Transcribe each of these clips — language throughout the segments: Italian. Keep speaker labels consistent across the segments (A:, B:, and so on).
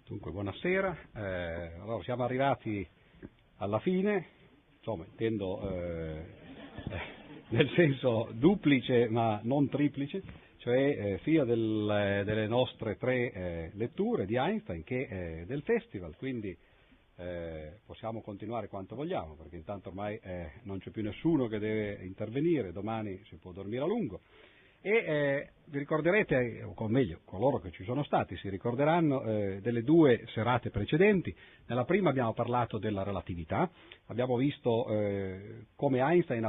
A: Dunque, buonasera. Allora, siamo arrivati alla fine, insomma, intendo nel senso duplice ma non triplice, cioè sia delle nostre tre letture di Einstein che del festival, quindi possiamo continuare quanto vogliamo, perché intanto ormai non c'è più nessuno che deve intervenire, domani si può dormire a lungo. E vi ricorderete, o meglio, coloro che ci sono stati si ricorderanno delle due serate precedenti. Nella prima abbiamo parlato della relatività, abbiamo visto come Einstein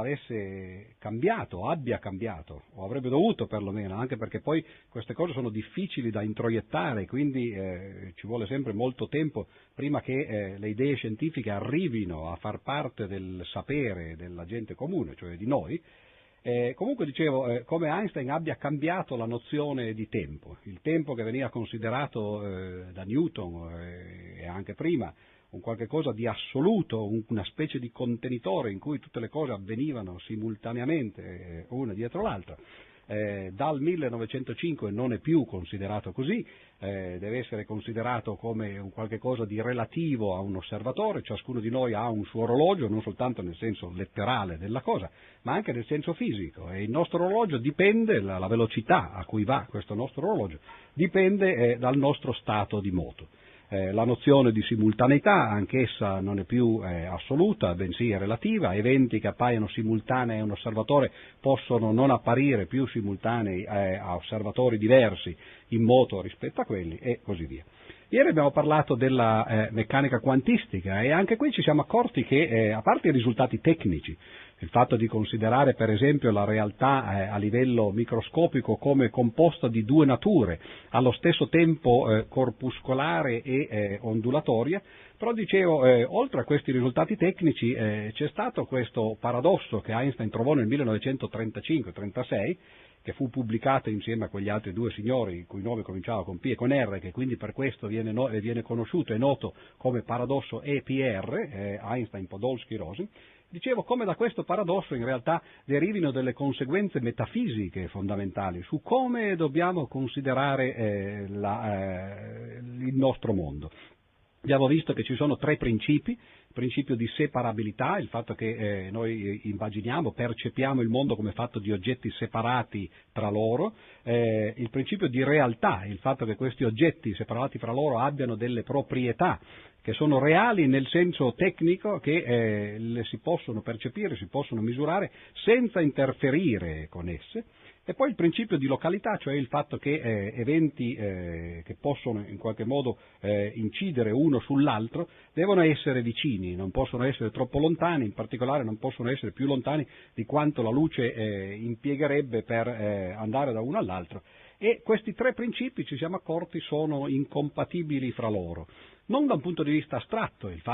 A: abbia cambiato, o avrebbe dovuto perlomeno, anche perché poi queste cose sono difficili da introiettare, quindi ci vuole sempre molto tempo prima che le idee scientifiche arrivino a far parte del sapere della gente comune, cioè di noi. Comunque dicevo, come Einstein abbia cambiato la nozione di tempo, il tempo che veniva considerato da Newton e anche prima un qualche cosa di assoluto, una specie di contenitore in cui tutte le cose avvenivano simultaneamente una dietro l'altra. Dal 1905 non è più considerato così, deve essere considerato come un qualche cosa di relativo a un osservatore, ciascuno di noi ha un suo orologio, non soltanto nel senso letterale della cosa, ma anche nel senso fisico, e il nostro orologio dipende, la velocità a cui va questo nostro orologio, dipende dal nostro stato di moto. La nozione di simultaneità, anch'essa non è più assoluta, bensì è relativa. Eventi che appaiono simultanei a un osservatore possono non apparire più simultanei a osservatori diversi in moto rispetto a quelli, e così via. Ieri abbiamo parlato della meccanica quantistica e anche qui ci siamo accorti che, a parte i risultati tecnici, il fatto di considerare per esempio la realtà a livello microscopico come composta di due nature, allo stesso tempo corpuscolare e ondulatoria, però dicevo, oltre a questi risultati tecnici c'è stato questo paradosso che Einstein trovò nel 1935-36, che fu pubblicato insieme a quegli altri due signori, il cui nome cominciava con P e con R, che quindi per questo viene conosciuto e noto come paradosso EPR, Einstein, Podolsky, Rosen. Dicevo come da questo paradosso in realtà derivino delle conseguenze metafisiche fondamentali su come dobbiamo considerare il nostro mondo. Abbiamo visto che ci sono tre principi: il principio di separabilità, il fatto che noi immaginiamo, percepiamo il mondo come fatto di oggetti separati tra loro, il principio di realtà, il fatto che questi oggetti separati fra loro abbiano delle proprietà che sono reali nel senso tecnico, che le si possono percepire, si possono misurare senza interferire con esse. E poi il principio di località, cioè il fatto che eventi che possono in qualche modo incidere uno sull'altro devono essere vicini, non possono essere troppo lontani, in particolare non possono essere più lontani di quanto la luce impiegherebbe per andare da uno all'altro. E questi tre principi, ci siamo accorti, sono incompatibili fra loro. Non da un punto di vista astratto, il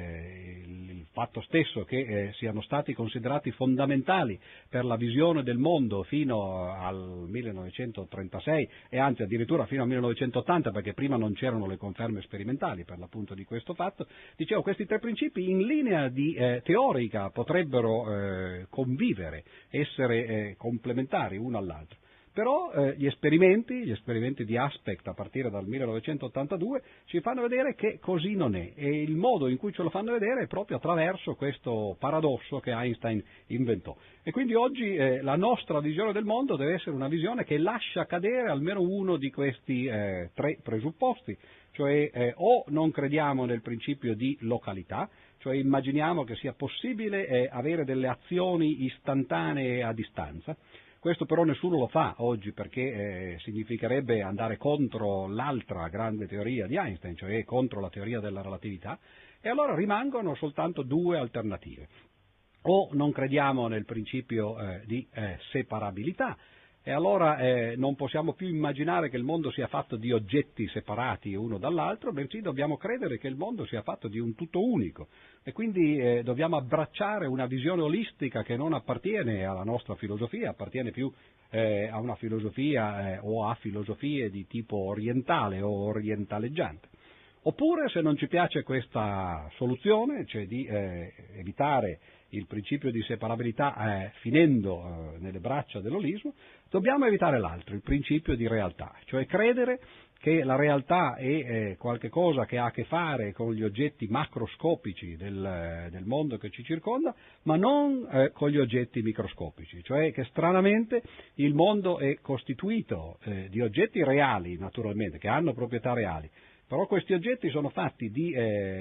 A: fatto stesso che siano stati considerati fondamentali per la visione del mondo fino al 1936 e anzi addirittura fino al 1980, perché prima non c'erano le conferme sperimentali per l'appunto di questo fatto. Dicevo, questi tre principi in linea di teorica potrebbero convivere, essere complementari uno all'altro. Però gli esperimenti di Aspect a partire dal 1982 ci fanno vedere che così non è, e il modo in cui ce lo fanno vedere è proprio attraverso questo paradosso che Einstein inventò. E quindi oggi la nostra visione del mondo deve essere una visione che lascia cadere almeno uno di questi tre presupposti, cioè o non crediamo nel principio di località, cioè immaginiamo che sia possibile avere delle azioni istantanee a distanza. Questo però nessuno lo fa oggi, perché significherebbe andare contro l'altra grande teoria di Einstein, cioè contro la teoria della relatività, e allora rimangono soltanto due alternative. O non crediamo nel principio di separabilità, e allora non possiamo più immaginare che il mondo sia fatto di oggetti separati uno dall'altro, bensì dobbiamo credere che il mondo sia fatto di un tutto unico, e quindi dobbiamo abbracciare una visione olistica che non appartiene alla nostra filosofia, appartiene più a una filosofia o a filosofie di tipo orientale o orientaleggiante. Oppure, se non ci piace questa soluzione, cioè di evitare il principio di separabilità finendo nelle braccia dell'olismo, dobbiamo evitare l'altro, il principio di realtà, cioè credere che la realtà è qualche cosa che ha a che fare con gli oggetti macroscopici del mondo che ci circonda, ma non con gli oggetti microscopici, cioè che stranamente il mondo è costituito di oggetti reali, naturalmente, che hanno proprietà reali, però questi oggetti sono fatti di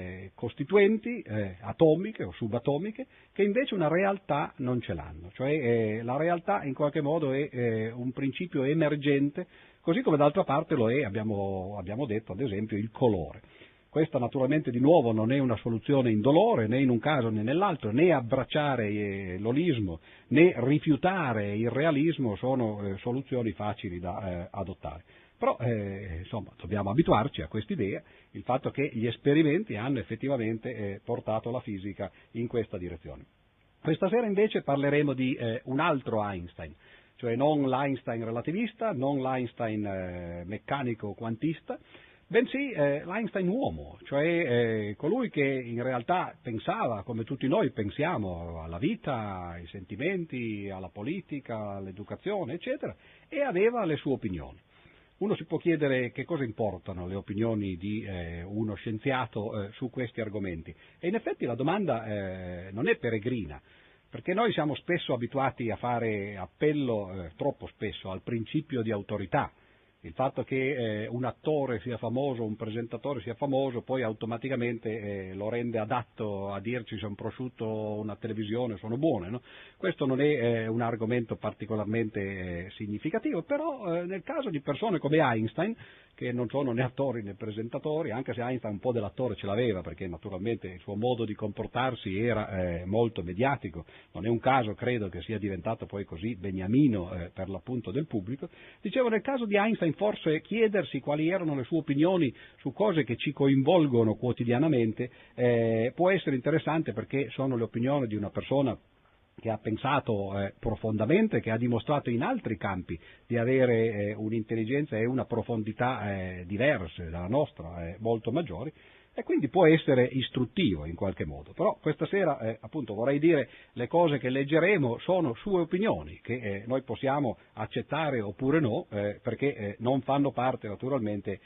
A: costituenti atomiche o subatomiche che invece una realtà non ce l'hanno, cioè la realtà in qualche modo è un principio emergente, così come d'altra parte lo è, abbiamo detto ad esempio, il colore. Questa naturalmente di nuovo non è una soluzione indolore né in un caso né nell'altro, né abbracciare l'olismo né rifiutare il realismo sono soluzioni facili da adottare. Però insomma dobbiamo abituarci a quest'idea, il fatto che gli esperimenti hanno effettivamente portato la fisica in questa direzione. Questa sera invece parleremo di un altro Einstein, cioè non l'Einstein relativista, non l'Einstein meccanico quantista, bensì l'Einstein uomo, cioè colui che in realtà pensava, come tutti noi pensiamo, alla vita, ai sentimenti, alla politica, all'educazione, eccetera, e aveva le sue opinioni. Uno si può chiedere che cosa importano le opinioni di uno scienziato su questi argomenti, e in effetti la domanda non è peregrina, perché noi siamo spesso abituati a fare appello, troppo spesso, al principio di autorità. Il fatto che un attore sia famoso, un presentatore sia famoso, poi automaticamente lo rende adatto a dirci se un prosciutto o una televisione sono buone, no? Questo non è un argomento particolarmente significativo, però nel caso di persone come Einstein, che non sono né attori né presentatori, anche se Einstein un po' dell'attore ce l'aveva, perché naturalmente il suo modo di comportarsi era molto mediatico, non è un caso, credo, che sia diventato poi così beniamino per l'appunto del pubblico. Dicevo, nel caso di Einstein forse chiedersi quali erano le sue opinioni su cose che ci coinvolgono quotidianamente può essere interessante, perché sono le opinioni di una persona che ha pensato profondamente, che ha dimostrato in altri campi di avere un'intelligenza e una profondità diverse dalla nostra, molto maggiori, e quindi può essere istruttivo in qualche modo. Però questa sera, appunto, vorrei dire, le cose che leggeremo sono sue opinioni, che noi possiamo accettare oppure no, perché non fanno parte naturalmente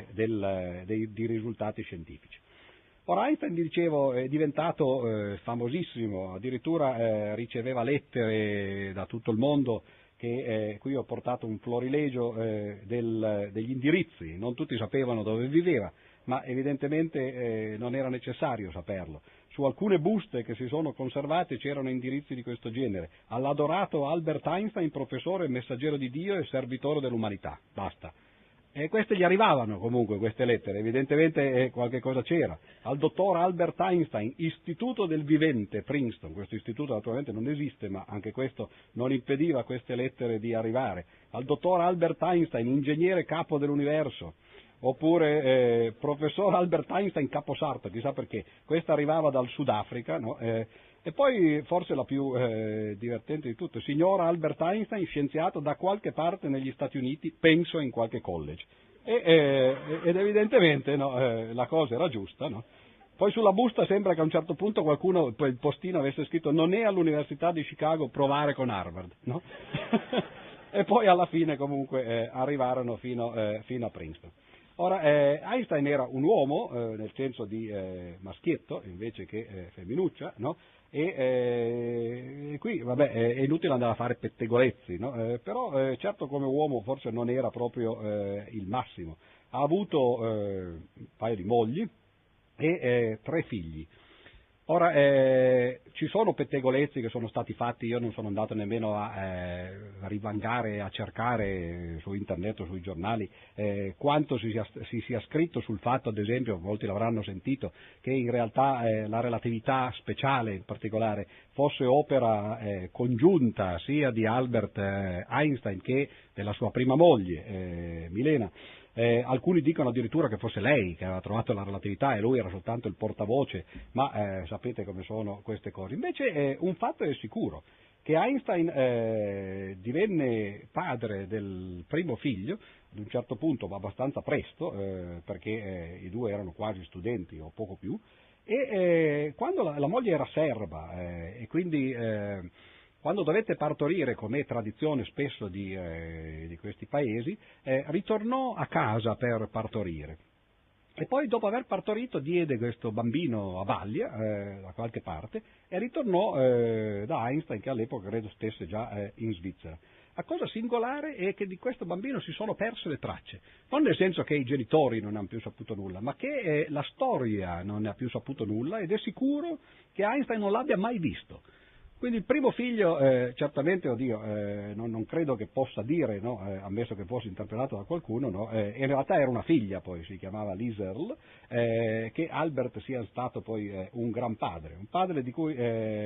A: di risultati scientifici. Ora Einstein, dicevo, è diventato famosissimo, addirittura riceveva lettere da tutto il mondo, che qui ho portato un florilegio degli indirizzi, non tutti sapevano dove viveva, ma evidentemente non era necessario saperlo. Su alcune buste che si sono conservate c'erano indirizzi di questo genere: all'adorato Albert Einstein, professore, messaggero di Dio e servitore dell'umanità. Basta. E queste gli arrivavano comunque, queste lettere, evidentemente qualche cosa c'era. Al dottor Albert Einstein, Istituto del Vivente, Princeton. Questo istituto naturalmente non esiste, ma anche questo non impediva a queste lettere di arrivare. Al dottor Albert Einstein, ingegnere capo dell'universo. Oppure professor Albert Einstein caposarto, chissà perché. Questa arrivava dal Sudafrica, no? E poi forse la più divertente di tutto: signor Albert Einstein, scienziato da qualche parte negli Stati Uniti, penso in qualche college. Ed evidentemente la cosa era giusta, no? Poi sulla busta sembra che a un certo punto qualcuno, il postino, avesse scritto: non è all'Università di Chicago, provare con Harvard, no? E poi alla fine comunque arrivarono fino a Princeton. Ora, Einstein era un uomo, nel senso di maschietto invece che femminuccia, no? E qui, vabbè, è inutile andare a fare pettegolezzi, no? Però certo come uomo forse non era proprio il massimo. Ha avuto un paio di mogli e 3 figli. Ora, ci sono pettegolezzi che sono stati fatti, io non sono andato nemmeno a rivangare, a cercare su internet o sui giornali quanto si sia scritto sul fatto, ad esempio, molti l'avranno sentito, che in realtà la relatività speciale in particolare fosse opera congiunta sia di Albert Einstein che della sua prima moglie, Milena. Alcuni dicono addirittura che fosse lei che aveva trovato la relatività e lui era soltanto il portavoce, ma sapete come sono queste cose. Invece un fatto è sicuro, che Einstein divenne padre del primo figlio ad un certo punto, ma abbastanza presto, perché i due erano quasi studenti o poco più, E quando la moglie era serba e quindi quando dovette partorire, come è tradizione spesso di questi paesi, ritornò a casa per partorire. E poi dopo aver partorito diede questo bambino a Baglia, da qualche parte, e ritornò da Einstein, che all'epoca credo stesse già in Svizzera. La cosa singolare è che di questo bambino si sono perse le tracce, non nel senso che i genitori non hanno più saputo nulla, ma che la storia non ne ha più saputo nulla, ed è sicuro che Einstein non l'abbia mai visto. Quindi il primo figlio, certamente, non credo che possa dire, no, ammesso che fosse interpretato da qualcuno, no, in realtà era una figlia, poi si chiamava Liesl, che Albert sia stato poi un gran padre, un padre di cui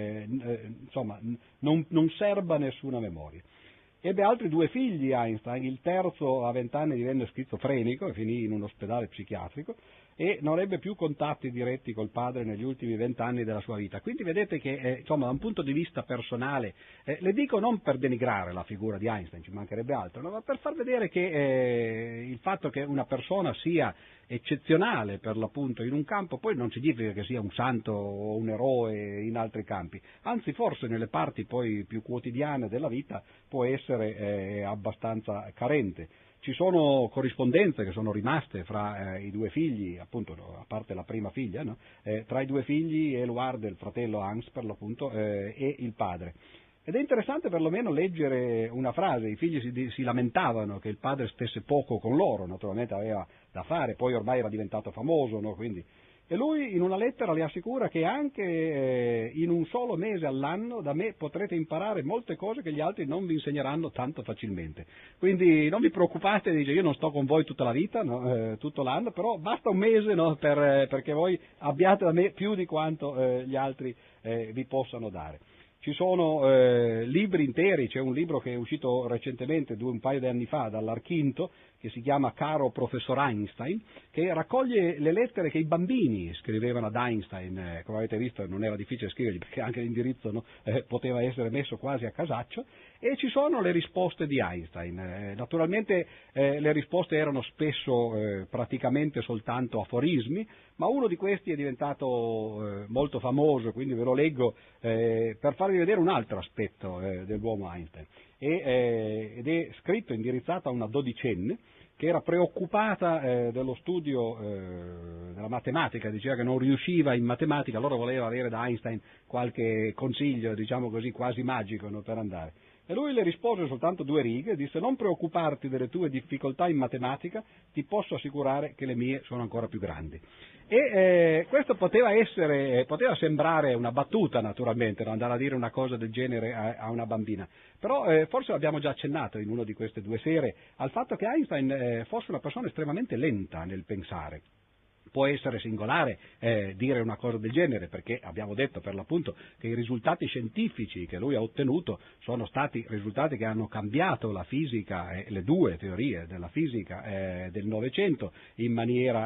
A: insomma non serba nessuna memoria. Ebbe altri due figli Einstein, il terzo a 20 anni divenne schizofrenico e finì in un ospedale psichiatrico, e non ebbe più contatti diretti col padre negli ultimi 20 anni della sua vita. Quindi vedete che insomma, da un punto di vista personale, le dico non per denigrare la figura di Einstein, ci mancherebbe altro, no? Ma per far vedere che il fatto che una persona sia eccezionale per l'appunto in un campo poi non significa che sia un santo o un eroe in altri campi, anzi forse nelle parti poi più quotidiane della vita può essere abbastanza carente. Ci sono corrispondenze che sono rimaste fra i due figli, appunto, a parte la prima figlia, no? Tra i due figli, Eluard, il fratello Hans per l'appunto, e il padre. Ed è interessante perlomeno leggere una frase: i figli si lamentavano che il padre stesse poco con loro, naturalmente aveva da fare, poi ormai era diventato famoso, no? Quindi... E lui in una lettera le assicura che anche in un solo mese all'anno da me potrete imparare molte cose che gli altri non vi insegneranno tanto facilmente. Quindi non vi preoccupate, dice, io non sto con voi tutta la vita, no? Tutto l'anno, però basta un mese, no? Perché voi abbiate da me più di quanto gli altri vi possano dare. Ci sono libri interi, c'è un libro che è uscito recentemente, un paio di anni fa, dall'Archinto, che si chiama Caro Professor Einstein, che raccoglie le lettere che i bambini scrivevano ad Einstein. Come avete visto non era difficile scrivergli, perché anche l'indirizzo, no, poteva essere messo quasi a casaccio, e ci sono le risposte di Einstein. Naturalmente le risposte erano spesso praticamente soltanto aforismi, ma uno di questi è diventato molto famoso, quindi ve lo leggo per farvi vedere un altro aspetto dell'uomo Einstein. Ed è scritto, indirizzato a una dodicenne che era preoccupata dello studio della matematica, diceva che non riusciva in matematica, allora voleva avere da Einstein qualche consiglio, diciamo così, quasi magico, no, per andare. E lui le rispose soltanto 2 righe, disse: non preoccuparti delle tue difficoltà in matematica, ti posso assicurare che le mie sono ancora più grandi. E questo poteva sembrare una battuta, naturalmente, no? Andare a dire una cosa del genere a una bambina, però forse l'abbiamo già accennato in una di queste 2 sere al fatto che Einstein fosse una persona estremamente lenta nel pensare. Può essere singolare dire una cosa del genere, perché abbiamo detto per l'appunto che i risultati scientifici che lui ha ottenuto sono stati risultati che hanno cambiato la fisica, le 2 teorie della fisica del Novecento in maniera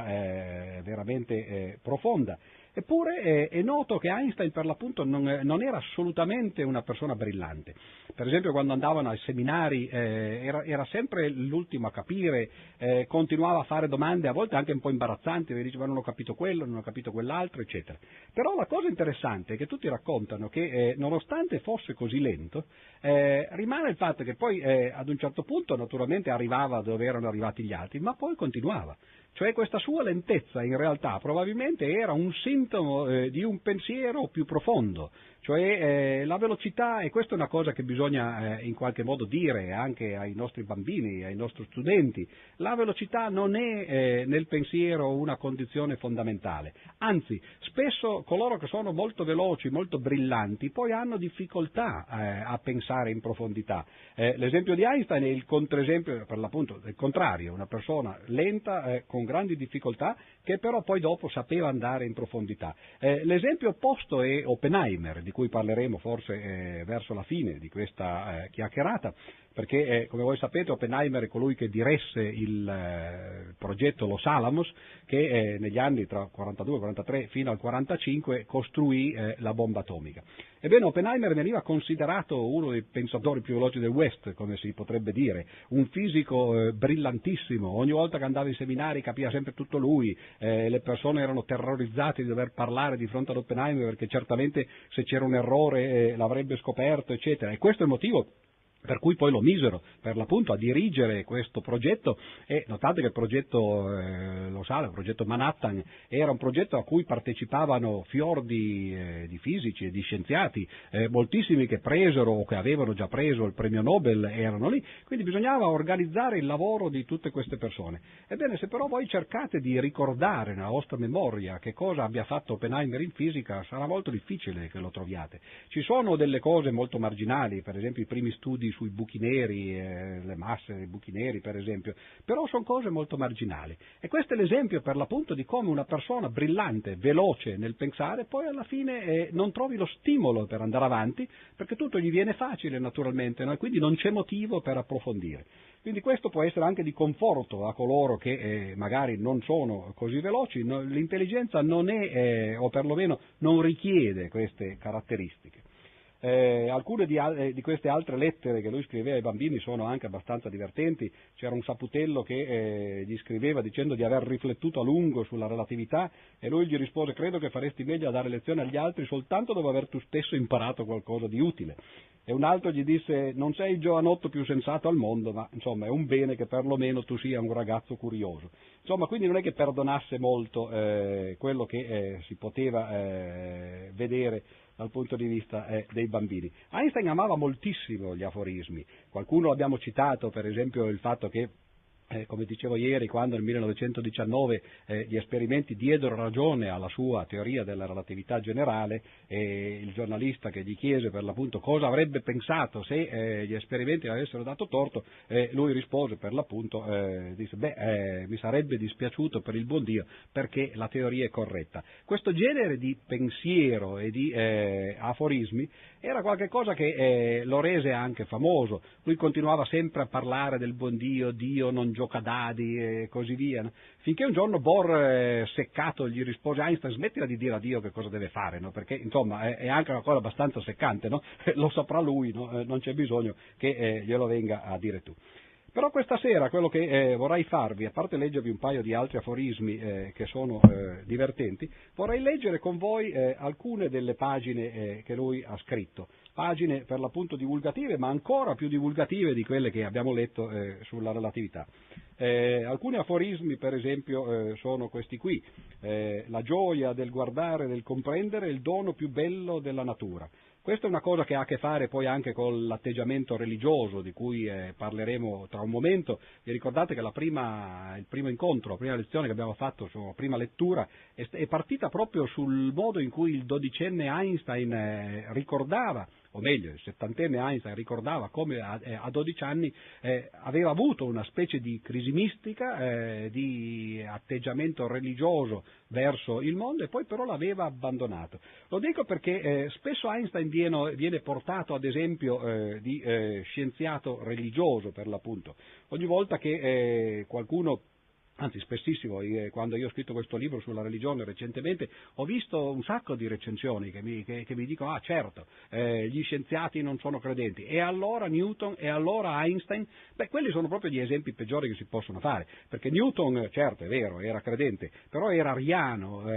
A: veramente profonda. Eppure è noto che Einstein per l'appunto non era assolutamente una persona brillante. Per esempio quando andavano ai seminari era sempre l'ultimo a capire, continuava a fare domande a volte anche un po' imbarazzanti, e diceva non ho capito quello, non ho capito quell'altro, eccetera. Però la cosa interessante è che tutti raccontano che nonostante fosse così lento, rimane il fatto che poi ad un certo punto naturalmente arrivava dove erano arrivati gli altri, ma poi continuava. Cioè questa sua lentezza in realtà probabilmente era un sintomo di un pensiero più profondo, cioè la velocità, e questa è una cosa che bisogna in qualche modo dire anche ai nostri bambini, ai nostri studenti, la velocità non è nel pensiero una condizione fondamentale, anzi spesso coloro che sono molto veloci, molto brillanti, poi hanno difficoltà a pensare in profondità. L'esempio di Einstein è il controesempio per l'appunto del contrario, una persona lenta con grandi difficoltà che però poi dopo sapeva andare in profondità. L'esempio opposto è Oppenheimer, di cui parleremo forse verso la fine di questa chiacchierata, perché come voi sapete Oppenheimer è colui che diresse il progetto Los Alamos, che negli anni tra 42 e 43 fino al 45 costruì la bomba atomica. Ebbene, Oppenheimer veniva considerato uno dei pensatori più veloci del West, come si potrebbe dire, un fisico brillantissimo, ogni volta che andava in seminari capiva sempre tutto lui, le persone erano terrorizzate di dover parlare di fronte ad Oppenheimer perché certamente se c'era un errore l'avrebbe scoperto, eccetera, e questo è il motivo per cui poi lo misero per l'appunto a dirigere questo progetto, e notate che il progetto il progetto Manhattan era un progetto a cui partecipavano fior di fisici e di scienziati, moltissimi che presero o che avevano già preso il premio Nobel erano lì, quindi bisognava organizzare il lavoro di tutte queste persone. Ebbene, se però voi cercate di ricordare nella vostra memoria che cosa abbia fatto Oppenheimer in fisica, sarà molto difficile che lo troviate. Ci sono delle cose molto marginali, per esempio i primi studi sui buchi neri, le masse dei buchi neri per esempio, però sono cose molto marginali, e questo è l'esempio per l'appunto di come una persona brillante, veloce nel pensare, poi alla fine non trovi lo stimolo per andare avanti, perché tutto gli viene facile naturalmente, no? E quindi non c'è motivo per approfondire. Quindi questo può essere anche di conforto a coloro che magari non sono così veloci, l'intelligenza non è, o perlomeno non richiede queste caratteristiche. Alcune di queste altre lettere che lui scriveva ai bambini sono anche abbastanza divertenti. C'era un saputello che gli scriveva dicendo di aver riflettuto a lungo sulla relatività, e lui gli rispose: credo che faresti meglio a dare lezioni agli altri soltanto dopo aver tu stesso imparato qualcosa di utile. E un altro gli disse: non sei il giovanotto più sensato al mondo, ma insomma è un bene che perlomeno tu sia un ragazzo curioso. Insomma, quindi non è che perdonasse molto quello che si poteva vedere dal punto di vista dei bambini. Einstein amava moltissimo gli aforismi. Qualcuno abbiamo citato, per esempio, il fatto che come dicevo ieri, quando nel 1919 gli esperimenti diedero ragione alla sua teoria della relatività generale, il giornalista che gli chiese per l'appunto cosa avrebbe pensato se gli esperimenti avessero dato torto, lui rispose per l'appunto, disse mi sarebbe dispiaciuto per il buon Dio perché la teoria è corretta. Questo genere di pensiero e di aforismi era qualcosa che lo rese anche famoso. Lui continuava sempre a parlare del buon Dio, Dio non gioca dadi e così via, no? Finché un giorno Bohr, seccato, gli rispose: Einstein, smettila di dire a Dio che cosa deve fare, no? Perché insomma è anche una cosa abbastanza seccante, no? Lo saprà lui, no? Non c'è bisogno che glielo venga a dire tu. Però questa sera quello che vorrei farvi, a parte leggervi un paio di altri aforismi che sono divertenti, vorrei leggere con voi alcune delle pagine che lui ha scritto, pagine per l'appunto divulgative, ma ancora più divulgative di quelle che abbiamo letto sulla relatività. Alcuni aforismi, per esempio, sono questi qui: la gioia del guardare, del comprendere è il dono più bello della natura. Questa è una cosa che ha a che fare poi anche con l'atteggiamento religioso, di cui parleremo tra un momento. Vi ricordate che il primo incontro, la prima lezione che abbiamo fatto, la prima lettura, è partita proprio sul modo in cui il dodicenne Einstein ricordava, o meglio, il settantenne Einstein ricordava come a 12 anni aveva avuto una specie di crisi mistica, di atteggiamento religioso verso il mondo, e poi però l'aveva abbandonato. Lo dico perché spesso Einstein viene portato ad esempio di scienziato religioso, per l'appunto. Ogni volta che qualcuno, anzi spessissimo, quando io ho scritto questo libro sulla religione recentemente, ho visto un sacco di recensioni che mi dicono: ah certo, gli scienziati non sono credenti, e allora Newton, e allora Einstein. Quelli sono proprio gli esempi peggiori che si possono fare, perché Newton, certo è vero, era credente, però era ariano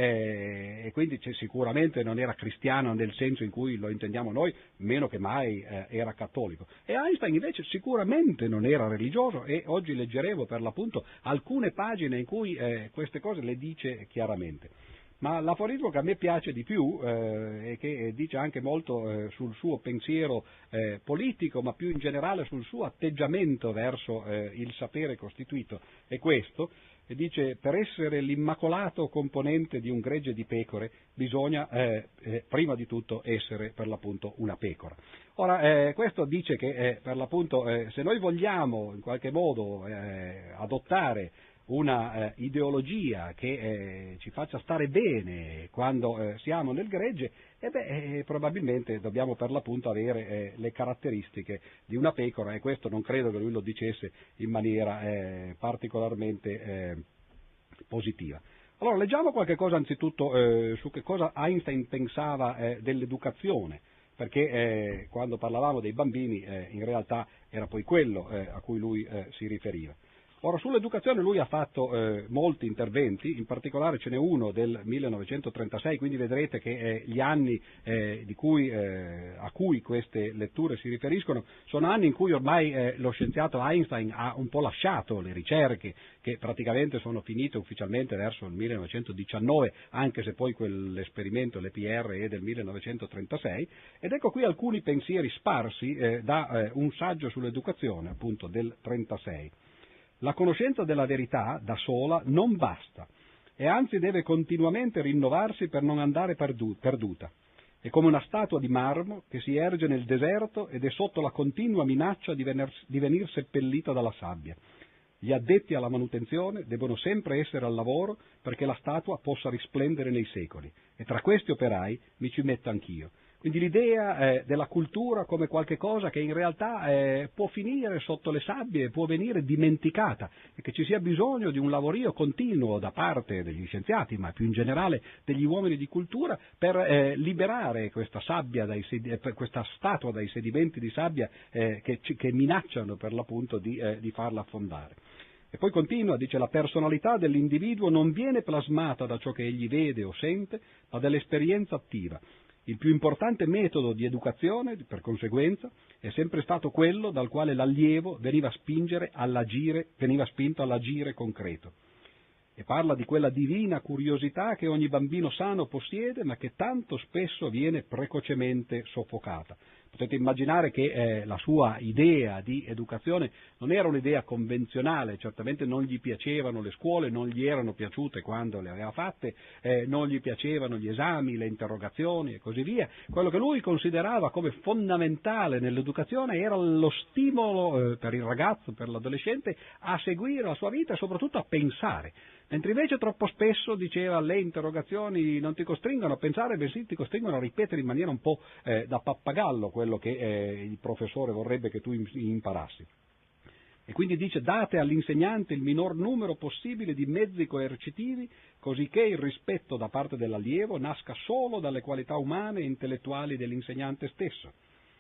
A: e quindi sicuramente non era cristiano nel senso in cui lo intendiamo noi, meno che mai era cattolico. E Einstein invece sicuramente non era religioso, e oggi leggeremo per l'appunto alcune pagine in cui queste cose le dice chiaramente. Ma l'aforismo che a me piace di più e che dice anche molto sul suo pensiero politico, ma più in generale sul suo atteggiamento verso il sapere costituito, è questo, e dice: per essere l'immacolato componente di un gregge di pecore bisogna prima di tutto essere per l'appunto una pecora. Ora, questo dice che per l'appunto se noi vogliamo in qualche modo adottare una ideologia che ci faccia stare bene quando siamo nel gregge, probabilmente dobbiamo per l'appunto avere le caratteristiche di una pecora, e questo non credo che lui lo dicesse in maniera particolarmente positiva. Allora, leggiamo qualche cosa anzitutto su che cosa Einstein pensava dell'educazione, perché quando parlavamo dei bambini in realtà era poi quello a cui lui si riferiva. Ora, sull'educazione lui ha fatto molti interventi, in particolare ce n'è uno del 1936, quindi vedrete che gli anni a cui queste letture si riferiscono sono anni in cui ormai lo scienziato Einstein ha un po' lasciato le ricerche, che praticamente sono finite ufficialmente verso il 1919, anche se poi quell'esperimento, l'EPR, è del 1936, ed ecco qui alcuni pensieri sparsi da un saggio sull'educazione, appunto, del 1936. La conoscenza della verità da sola non basta e anzi deve continuamente rinnovarsi per non andare perduta. È come una statua di marmo che si erge nel deserto ed è sotto la continua minaccia di venir seppellita dalla sabbia. Gli addetti alla manutenzione debbono sempre essere al lavoro perché la statua possa risplendere nei secoli, e tra questi operai mi ci metto anch'io. Quindi l'idea della cultura come qualche cosa che in realtà può finire sotto le sabbie, può venire dimenticata, e che ci sia bisogno di un lavorio continuo da parte degli scienziati, ma più in generale degli uomini di cultura, per liberare questa sabbia, questa statua dai sedimenti di sabbia che minacciano per l'appunto di farla affondare. E poi continua, dice: la personalità dell'individuo non viene plasmata da ciò che egli vede o sente, ma dall'esperienza attiva. Il più importante metodo di educazione, per conseguenza, è sempre stato quello dal quale l'allievo veniva spinto all'agire concreto. E parla di quella divina curiosità che ogni bambino sano possiede, ma che tanto spesso viene precocemente soffocata. Potete immaginare che la sua idea di educazione non era un'idea convenzionale, certamente non gli piacevano le scuole, non gli erano piaciute quando le aveva fatte, non gli piacevano gli esami, le interrogazioni e così via. Quello che lui considerava come fondamentale nell'educazione era lo stimolo per il ragazzo, per l'adolescente, a seguire la sua vita e soprattutto a pensare. Mentre invece troppo spesso, diceva, le interrogazioni non ti costringono a pensare, bensì ti costringono a ripetere in maniera un po' da pappagallo quello che il professore vorrebbe che tu imparassi. E quindi dice: date all'insegnante il minor numero possibile di mezzi coercitivi, cosicché il rispetto da parte dell'allievo nasca solo dalle qualità umane e intellettuali dell'insegnante stesso.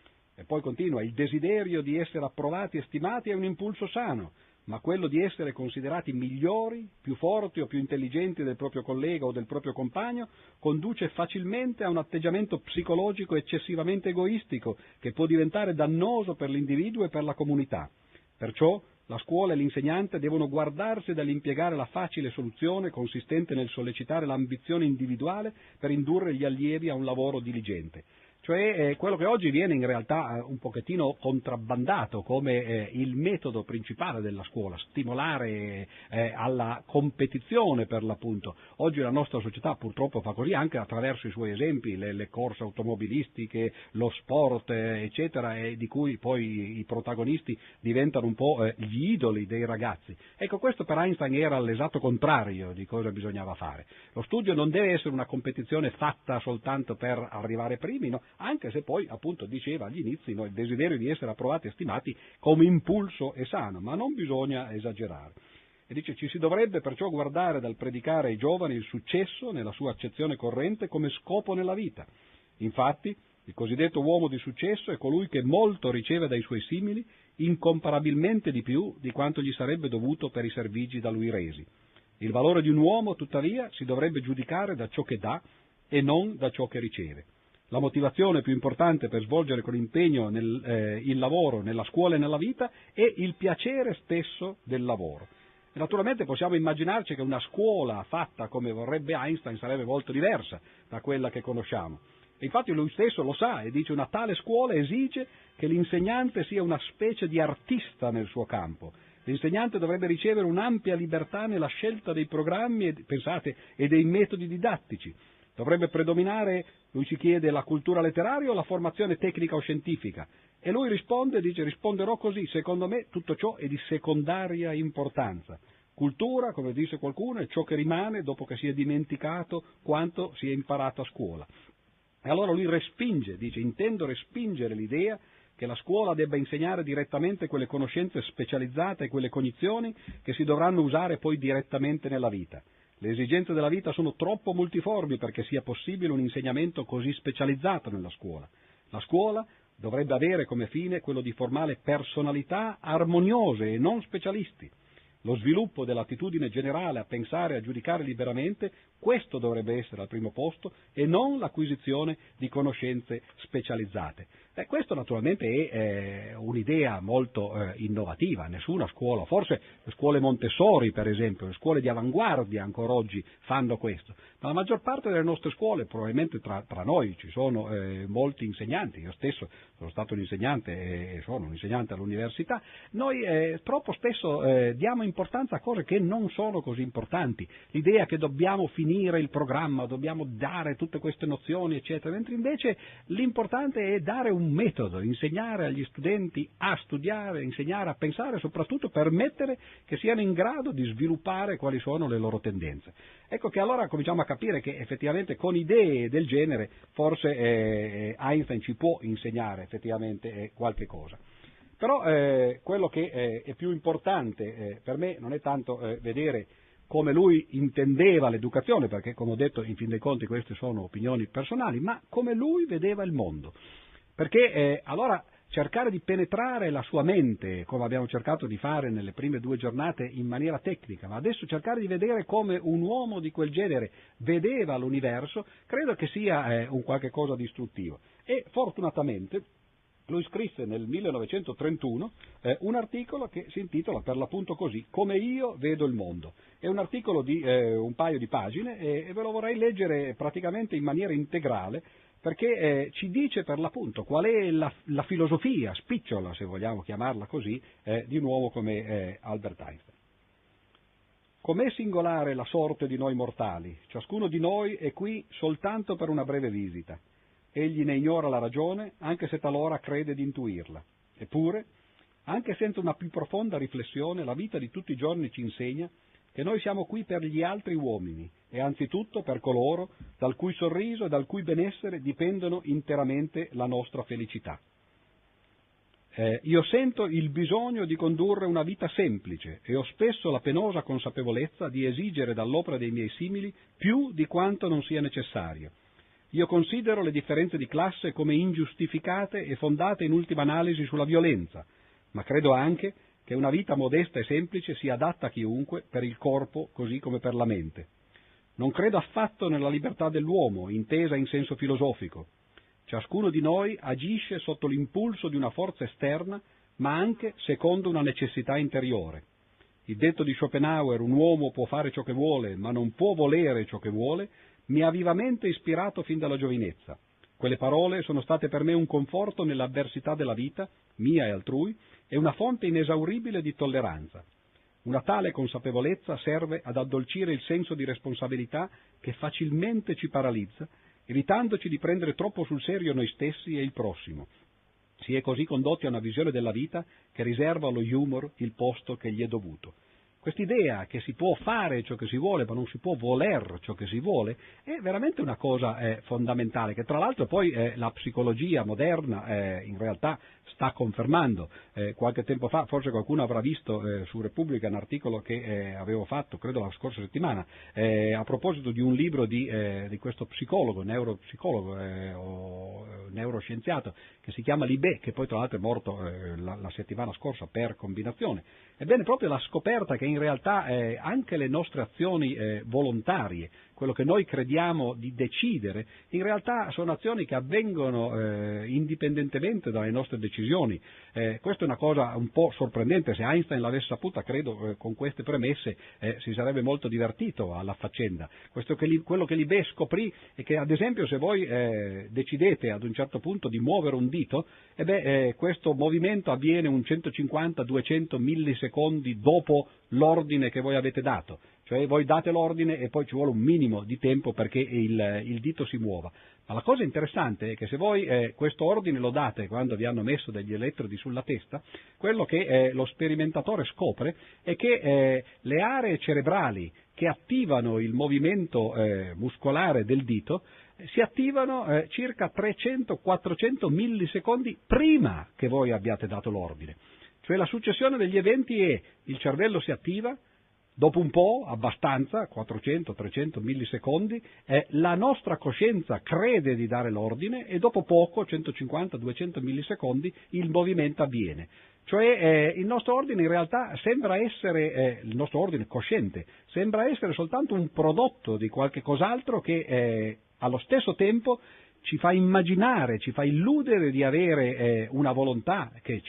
A: E poi continua: il desiderio di essere approvati e stimati è un impulso sano, ma quello di essere considerati migliori, più forti o più intelligenti del proprio collega o del proprio compagno conduce facilmente a un atteggiamento psicologico eccessivamente egoistico che può diventare dannoso per l'individuo e per la comunità. Perciò la scuola e l'insegnante devono guardarsi dall'impiegare la facile soluzione consistente nel sollecitare l'ambizione individuale per indurre gli allievi a un lavoro diligente. Cioè quello che oggi viene in realtà un pochettino contrabbandato come il metodo principale della scuola, stimolare alla competizione per l'appunto. Oggi la nostra società purtroppo fa così anche attraverso i suoi esempi, le corse automobilistiche, lo sport eccetera, e di cui poi i protagonisti diventano un po' gli idoli dei ragazzi. Ecco, questo per Einstein era l'esatto contrario di cosa bisognava fare. Lo studio non deve essere una competizione fatta soltanto per arrivare primi, no? Anche se poi, appunto, diceva agli inizi, il desiderio di essere approvati e stimati come impulso è sano, ma non bisogna esagerare. E dice: ci si dovrebbe perciò guardare dal predicare ai giovani il successo, nella sua accezione corrente, come scopo nella vita. Infatti, il cosiddetto uomo di successo è colui che molto riceve dai suoi simili, incomparabilmente di più di quanto gli sarebbe dovuto per i servigi da lui resi. Il valore di un uomo, tuttavia, si dovrebbe giudicare da ciò che dà e non da ciò che riceve. La motivazione più importante per svolgere con impegno il lavoro nella scuola e nella vita è il piacere stesso del lavoro. E naturalmente possiamo immaginarci che una scuola fatta come vorrebbe Einstein sarebbe molto diversa da quella che conosciamo. E infatti lui stesso lo sa e dice: una tale scuola esige che l'insegnante sia una specie di artista nel suo campo. L'insegnante dovrebbe ricevere un'ampia libertà nella scelta dei programmi, e dei metodi didattici. Dovrebbe predominare, lui ci chiede, la cultura letteraria o la formazione tecnica o scientifica? E lui risponde, dice: risponderò così, secondo me tutto ciò è di secondaria importanza. Cultura, come disse qualcuno, è ciò che rimane dopo che si è dimenticato quanto si è imparato a scuola. E allora lui respinge, dice: intendo respingere l'idea che la scuola debba insegnare direttamente quelle conoscenze specializzate e quelle cognizioni che si dovranno usare poi direttamente nella vita. Le esigenze della vita sono troppo multiformi perché sia possibile un insegnamento così specializzato nella scuola. La scuola dovrebbe avere come fine quello di formare personalità armoniose e non specialisti. Lo sviluppo dell'attitudine generale a pensare e a giudicare liberamente, questo dovrebbe essere al primo posto e non l'acquisizione di conoscenze specializzate. Questo naturalmente è un'idea molto innovativa, nessuna scuola, forse le scuole Montessori per esempio, le scuole di avanguardia ancora oggi fanno questo, ma la maggior parte delle nostre scuole, probabilmente tra noi ci sono molti insegnanti, io stesso sono stato un insegnante e sono un insegnante all'università, noi troppo spesso diamo importanza a cose che non sono così importanti, l'idea che dobbiamo finire il programma, dobbiamo dare tutte queste nozioni eccetera, mentre invece l'importante è dare un metodo, insegnare agli studenti a studiare, insegnare a pensare, soprattutto permettere che siano in grado di sviluppare quali sono le loro tendenze. Ecco che allora cominciamo a capire che effettivamente con idee del genere forse Einstein ci può insegnare effettivamente qualche cosa. Però quello che è più importante per me non è tanto vedere come lui intendeva l'educazione, perché come ho detto in fin dei conti queste sono opinioni personali, ma come lui vedeva il mondo. Perché allora cercare di penetrare la sua mente, come abbiamo cercato di fare nelle prime 2 giornate in maniera tecnica, ma adesso cercare di vedere come un uomo di quel genere vedeva l'universo, credo che sia un qualche cosa di istruttivo. E fortunatamente lui scrisse nel 1931 un articolo che si intitola per l'appunto così: Come io vedo il mondo. È un articolo di un paio di pagine e ve lo vorrei leggere praticamente in maniera integrale, perché ci dice per l'appunto qual è la filosofia spicciola, se vogliamo chiamarla così, di un uomo come Albert Einstein. Com'è singolare la sorte di noi mortali, ciascuno di noi è qui soltanto per una breve visita. Egli ne ignora la ragione, anche se talora crede di intuirla. Eppure, anche senza una più profonda riflessione, la vita di tutti i giorni ci insegna che noi siamo qui per gli altri uomini e anzitutto per coloro dal cui sorriso e dal cui benessere dipendono interamente la nostra felicità. Io sento il bisogno di condurre una vita semplice e ho spesso la penosa consapevolezza di esigere dall'opera dei miei simili più di quanto non sia necessario. Io considero le differenze di classe come ingiustificate e fondate in ultima analisi sulla violenza, ma credo anche che una vita modesta e semplice sia adatta a chiunque per il corpo così come per la mente. Non credo affatto nella libertà dell'uomo, intesa in senso filosofico. Ciascuno di noi agisce sotto l'impulso di una forza esterna, ma anche secondo una necessità interiore. Il detto di Schopenhauer, un uomo può fare ciò che vuole, ma non può volere ciò che vuole, mi ha vivamente ispirato fin dalla giovinezza. Quelle parole sono state per me un conforto nell'avversità della vita, mia e altrui, e una fonte inesauribile di tolleranza. Una tale consapevolezza serve ad addolcire il senso di responsabilità che facilmente ci paralizza, evitandoci di prendere troppo sul serio noi stessi e il prossimo. Si è così condotti a una visione della vita che riserva allo humor il posto che gli è dovuto. Quest'idea che si può fare ciò che si vuole ma non si può voler ciò che si vuole è veramente una cosa fondamentale, che tra l'altro poi la psicologia moderna in realtà sta confermando. Qualche tempo fa, forse qualcuno avrà visto su Repubblica un articolo che avevo fatto, credo la scorsa settimana, a proposito di un libro di questo psicologo, neuropsicologo o neuroscienziato, che si chiama Libet, che poi tra l'altro è morto la settimana scorsa per combinazione. Ebbene, proprio la scoperta che in realtà anche le nostre azioni volontarie, quello che noi crediamo di decidere, in realtà sono azioni che avvengono indipendentemente dalle nostre decisioni. Questa è una cosa un po' sorprendente. Se Einstein l'avesse saputa, credo con queste premesse si sarebbe molto divertito alla faccenda. Quello che Libet scoprì è che, ad esempio, se voi decidete ad un certo punto di muovere un dito, questo movimento avviene un 150-200 millisecondi dopo l'ordine che voi avete dato. cioè voi date l'ordine e poi ci vuole un minimo di tempo perché il dito si muova. Ma la cosa interessante è che se voi questo ordine lo date quando vi hanno messo degli elettrodi sulla testa, quello che lo sperimentatore scopre è che le aree cerebrali che attivano il movimento muscolare del dito si attivano circa 300-400 millisecondi prima che voi abbiate dato l'ordine. Cioè la successione degli eventi è: il cervello si attiva, dopo un po', abbastanza, 400-300 millisecondi, la nostra coscienza crede di dare l'ordine e dopo poco, 150-200 millisecondi, il movimento avviene. Cioè il nostro ordine in realtà sembra essere, il nostro ordine cosciente, sembra essere soltanto un prodotto di qualche cos'altro che allo stesso tempo ci fa immaginare, ci fa illudere di avere una volontà che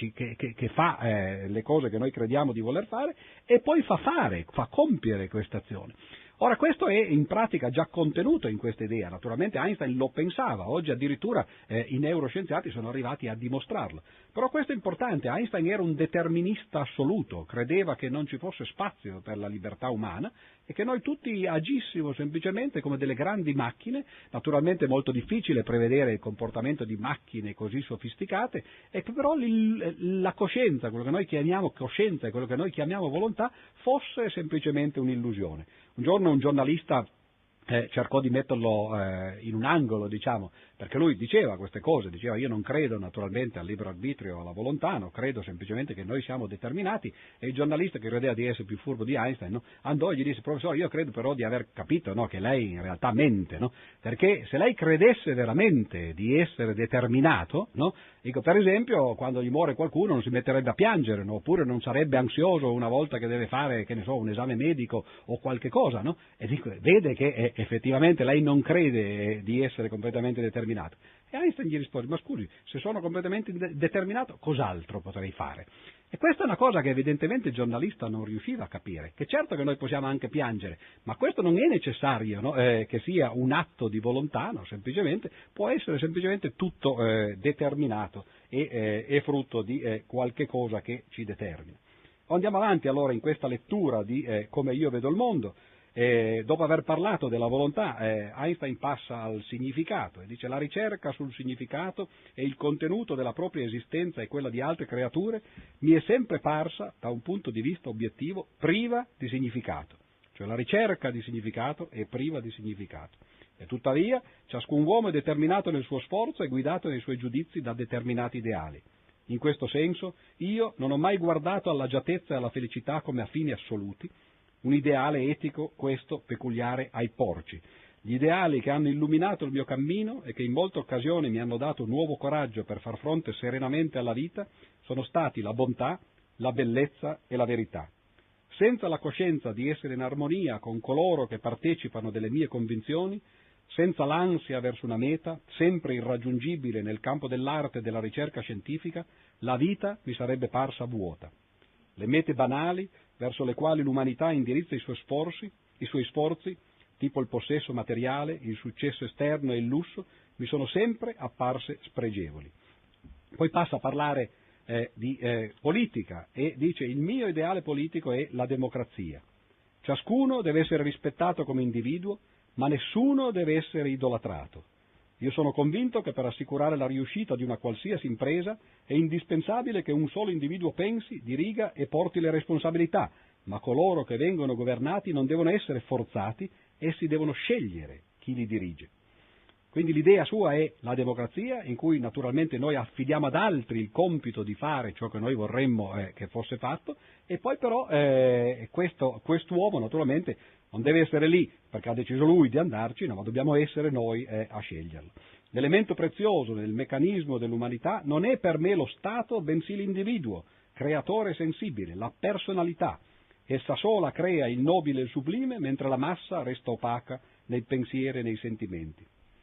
A: fa le cose che noi crediamo di voler fare e poi fa compiere questa azione. Ora questo è in pratica già contenuto in questa idea, naturalmente Einstein lo pensava, oggi addirittura i neuroscienziati sono arrivati a dimostrarlo, però questo è importante, Einstein era un determinista assoluto, credeva che non ci fosse spazio per la libertà umana e che noi tutti agissimo semplicemente come delle grandi macchine, naturalmente è molto difficile prevedere il comportamento di macchine così sofisticate, e che però la coscienza, quello che noi chiamiamo coscienza e quello che noi chiamiamo volontà, fosse semplicemente un'illusione. Un giorno un giornalista cercò di metterlo in un angolo, diciamo, perché lui diceva queste cose, diceva: io non credo naturalmente al libero arbitrio o alla volontà, no, credo semplicemente che noi siamo determinati, e il giornalista, che credeva di essere più furbo di Einstein, no, andò e gli disse: professore, io credo però di aver capito, no, che lei in realtà mente, no, perché se lei credesse veramente di essere determinato, no, dico, per esempio, quando gli muore qualcuno non si metterebbe a piangere, no, oppure non sarebbe ansioso una volta che deve fare, che ne so, un esame medico o qualche cosa, no, e dico, vede che effettivamente lei non crede di essere completamente determinato. E Einstein gli risponde: ma scusi, se sono completamente determinato, cos'altro potrei fare? E questa è una cosa che evidentemente il giornalista non riusciva a capire, che certo che noi possiamo anche piangere, ma questo non è necessario, no? Che sia un atto di volontà, no? Semplicemente può essere semplicemente tutto determinato e è frutto di qualche cosa che ci determina. Andiamo avanti allora in questa lettura di come io vedo il mondo. Dopo aver parlato della volontà, Einstein passa al significato e dice: la ricerca sul significato e il contenuto della propria esistenza e quella di altre creature mi è sempre parsa, da un punto di vista obiettivo, priva di significato. Cioè la ricerca di significato è priva di significato. E tuttavia ciascun uomo è determinato nel suo sforzo e guidato nei suoi giudizi da determinati ideali. In questo senso io non ho mai guardato all'agiatezza e alla felicità come a fini assoluti, un ideale etico questo peculiare ai porci. Gli ideali che hanno illuminato il mio cammino e che in molte occasioni mi hanno dato nuovo coraggio per far fronte serenamente alla vita sono stati la bontà, la bellezza e la verità. Senza la coscienza di essere in armonia con coloro che partecipano delle mie convinzioni, senza l'ansia verso una meta, sempre irraggiungibile nel campo dell'arte e della ricerca scientifica, la vita mi sarebbe parsa vuota. Le mete banali verso le quali l'umanità indirizza i suoi sforzi, tipo il possesso materiale, il successo esterno e il lusso, mi sono sempre apparse spregevoli. Poi passa a parlare di politica e dice: il mio ideale politico è la democrazia. Ciascuno deve essere rispettato come individuo, ma nessuno deve essere idolatrato. Io sono convinto che per assicurare la riuscita di una qualsiasi impresa è indispensabile che un solo individuo pensi, diriga e porti le responsabilità, ma coloro che vengono governati non devono essere forzati, essi devono scegliere chi li dirige. Quindi l'idea sua è la democrazia, in cui naturalmente noi affidiamo ad altri il compito di fare ciò che noi vorremmo che fosse fatto, e poi però quest'uomo naturalmente non deve essere lì perché ha deciso lui di andarci, no, ma dobbiamo essere noi a sceglierlo. L'elemento prezioso del meccanismo dell'umanità non è per me lo Stato, bensì l'individuo, creatore sensibile, la personalità. Essa sola crea il nobile e il sublime, mentre la massa resta opaca nei pensieri e nei sentimenti.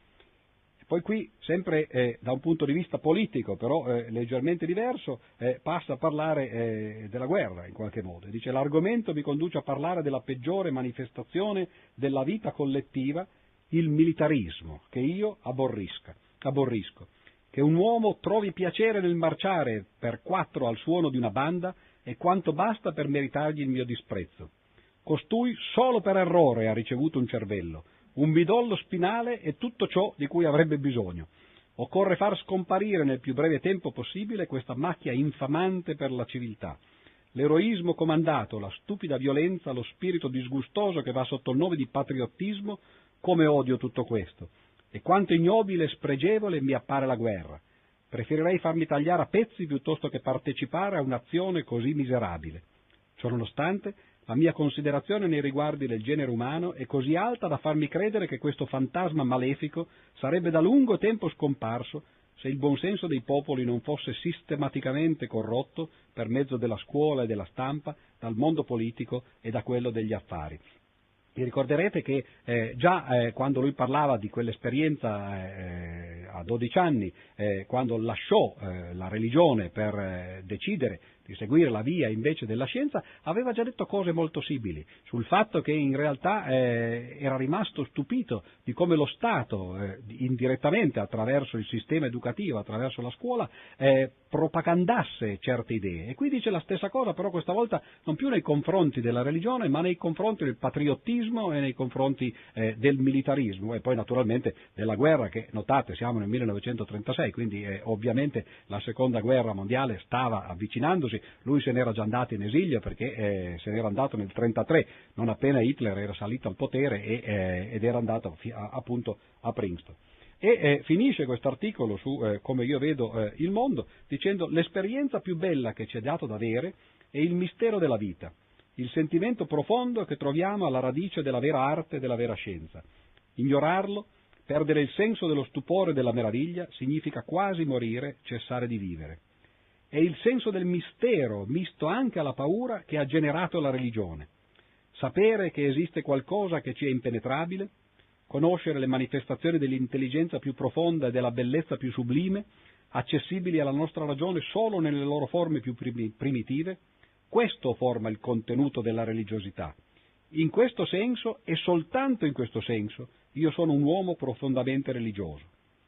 A: Poi qui, sempre da un punto di vista politico, però leggermente diverso, passa a parlare della guerra in qualche modo. Dice: l'argomento mi conduce a parlare della peggiore manifestazione della vita collettiva, il militarismo, che io aborrisco. Che un uomo trovi piacere nel marciare per 4 al suono di una banda è quanto basta per meritargli il mio disprezzo. costui solo per errore ha ricevuto un cervello, un midollo spinale e tutto ciò di cui avrebbe bisogno. Occorre far scomparire nel più breve tempo possibile questa macchia infamante per la civiltà. L'eroismo comandato, la stupida violenza, lo spirito disgustoso che va sotto il nome di patriottismo, come odio tutto questo. E quanto ignobile e spregevole mi appare la guerra. Preferirei farmi tagliare a pezzi piuttosto che partecipare a un'azione così miserabile. Ciononostante, la mia considerazione nei riguardi del genere umano è così alta da farmi credere che questo fantasma malefico sarebbe da lungo tempo scomparso se il buonsenso dei popoli non fosse sistematicamente corrotto per mezzo della scuola e della stampa, dal mondo politico e da quello degli affari. Vi ricorderete che già quando lui parlava di quell'esperienza a 12 anni, quando lasciò la religione per decidere di seguire la via invece della scienza, aveva già detto cose molto simili, sul fatto che in realtà era rimasto stupito di come lo Stato, indirettamente attraverso il sistema educativo, attraverso la scuola, propagandasse certe idee. E qui dice la stessa cosa, però questa volta non più nei confronti della religione, ma nei confronti del patriottismo e nei confronti del militarismo e poi naturalmente della guerra che, notate, siamo nel 1936, quindi ovviamente la seconda guerra mondiale stava avvicinandosi. Lui se n'era già andato in esilio perché se n'era andato nel 1933, non appena Hitler era salito al potere ed era andato appunto a Princeton. E finisce questo articolo su come io vedo il mondo dicendo: l'esperienza più bella che ci è dato da avere è il mistero della vita, il sentimento profondo che troviamo alla radice della vera arte e della vera scienza. Ignorarlo, perdere il senso dello stupore e della meraviglia, significa quasi morire, cessare di vivere. È il senso del mistero, misto anche alla paura, che ha generato la religione. Sapere che esiste qualcosa che ci è impenetrabile, conoscere le manifestazioni dell'intelligenza più profonda e della bellezza più sublime, accessibili alla nostra ragione solo nelle loro forme più primitive, questo forma il contenuto della religiosità. In questo senso, e soltanto in questo senso, io sono un uomo profondamente religioso.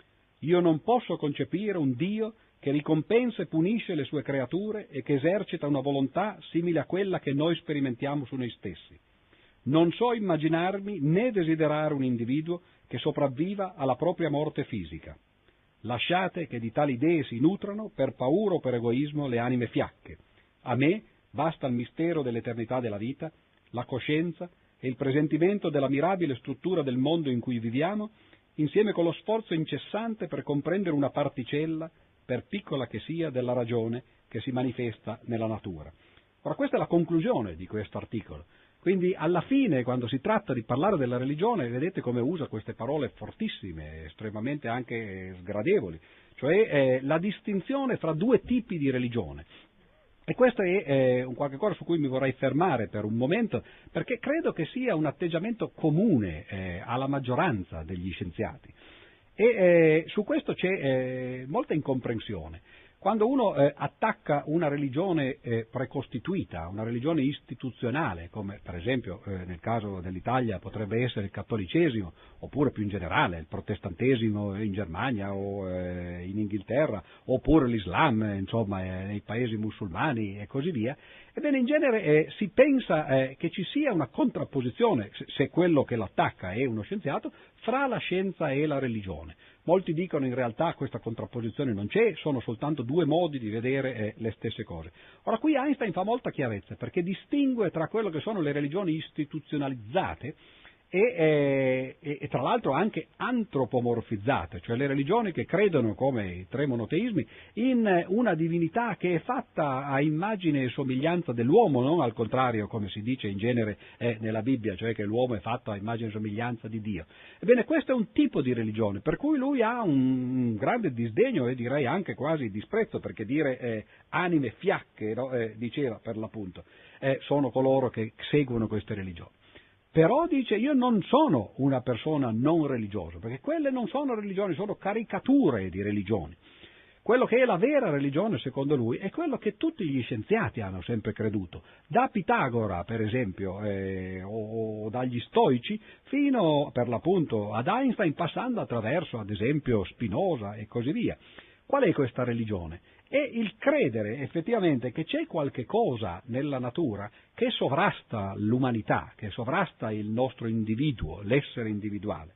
A: Io non posso concepire un Dio che ricompensa e punisce le sue creature e che esercita una volontà simile a quella che noi sperimentiamo su noi stessi. Non so immaginarmi né desiderare un individuo che sopravviva alla propria morte fisica. Lasciate che di tali idee si nutrano, per paura o per egoismo, le anime fiacche. A me basta il mistero dell'eternità della vita, la coscienza e il presentimento della mirabile struttura del mondo in cui viviamo, insieme con lo sforzo incessante per comprendere una particella, per piccola che sia, della ragione che si manifesta nella natura. Ora, questa è la conclusione di questo articolo. Quindi, alla fine, quando si tratta di parlare della religione, vedete come usa queste parole fortissime, estremamente anche sgradevoli, cioè la distinzione fra due tipi di religione. E questo è un qualche cosa su cui mi vorrei fermare per un momento, perché credo che sia un atteggiamento comune alla maggioranza degli scienziati. E su questo c'è molta incomprensione. Quando uno attacca una religione precostituita, una religione istituzionale, come per esempio nel caso dell'Italia potrebbe essere il cattolicesimo, oppure più in generale il protestantesimo in Germania o in Inghilterra, oppure l'Islam, insomma, nei paesi musulmani e così via, ebbene in genere si pensa che ci sia una contrapposizione, se quello che l'attacca è uno scienziato, fra la scienza e la religione. Molti dicono in realtà questa contrapposizione non c'è, sono soltanto due modi di vedere le stesse cose. Ora qui Einstein fa molta chiarezza perché distingue tra quello che sono le religioni istituzionalizzate e tra l'altro anche antropomorfizzate, cioè le religioni che credono, come i tre monoteismi, in una divinità che è fatta a immagine e somiglianza dell'uomo, non al contrario come si dice in genere nella Bibbia, cioè che l'uomo è fatto a immagine e somiglianza di Dio. Ebbene, questo è un tipo di religione per cui lui ha un grande disdegno e direi anche quasi disprezzo, perché dire anime fiacche, no? Diceva per l'appunto, sono coloro che seguono queste religioni. Però dice: io non sono una persona non religiosa, perché quelle non sono religioni, sono caricature di religioni. Quello che è la vera religione, secondo lui, è quello che tutti gli scienziati hanno sempre creduto, da Pitagora, per esempio, o dagli stoici, fino, per l'appunto, ad Einstein, passando attraverso, ad esempio, Spinoza e così via. Qual è questa religione? è il credere effettivamente che c'è qualche cosa nella natura che sovrasta l'umanità, che sovrasta il nostro individuo, l'essere individuale.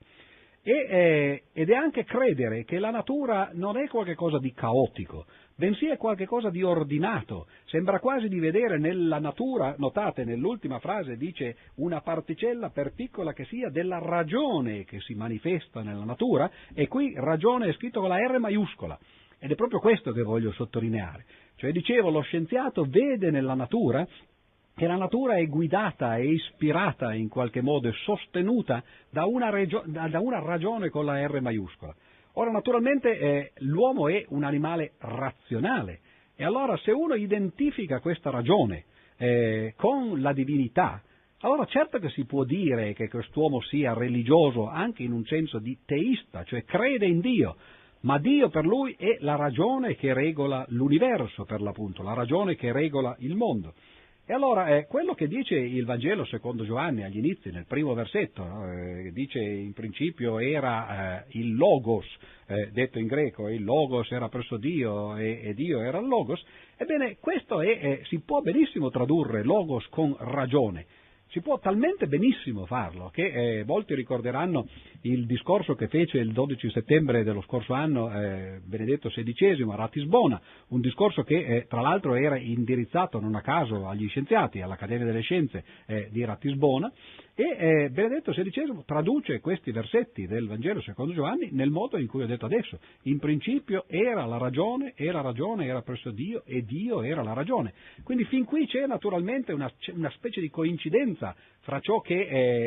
A: Ed è anche credere che la natura non è qualche cosa di caotico, bensì è qualche cosa di ordinato. Sembra quasi di vedere nella natura, notate nell'ultima frase dice una particella per piccola che sia della ragione che si manifesta nella natura, e qui ragione è scritto con la R maiuscola. Ed è proprio questo che voglio sottolineare. Cioè, dicevo, lo scienziato vede nella natura che la natura è guidata, è ispirata in qualche modo, è sostenuta da una ragione con la R maiuscola. Ora, naturalmente, l'uomo è un animale razionale, e allora se uno identifica questa ragione con la divinità, allora certo che si può dire che quest'uomo sia religioso anche in un senso di teista, cioè crede in Dio, ma Dio per lui è la ragione che regola l'universo, per l'appunto, la ragione che regola il mondo. E allora quello che dice il Vangelo secondo Giovanni agli inizi, nel primo versetto, no? Dice in principio era il Logos, detto in greco, il Logos era presso Dio e Dio era il Logos. Ebbene, questo si può benissimo tradurre Logos con ragione. Si può talmente benissimo farlo che molti ricorderanno il discorso che fece il 12 settembre dello scorso anno Benedetto XVI a Ratisbona, un discorso che tra l'altro era indirizzato non a caso agli scienziati, all'Accademia delle Scienze di Ratisbona, e Benedetto XVI traduce questi versetti del Vangelo secondo Giovanni nel modo in cui ho detto adesso. In principio era la ragione, era presso Dio e Dio era la ragione. Quindi fin qui c'è naturalmente una specie di coincidenza fra ciò che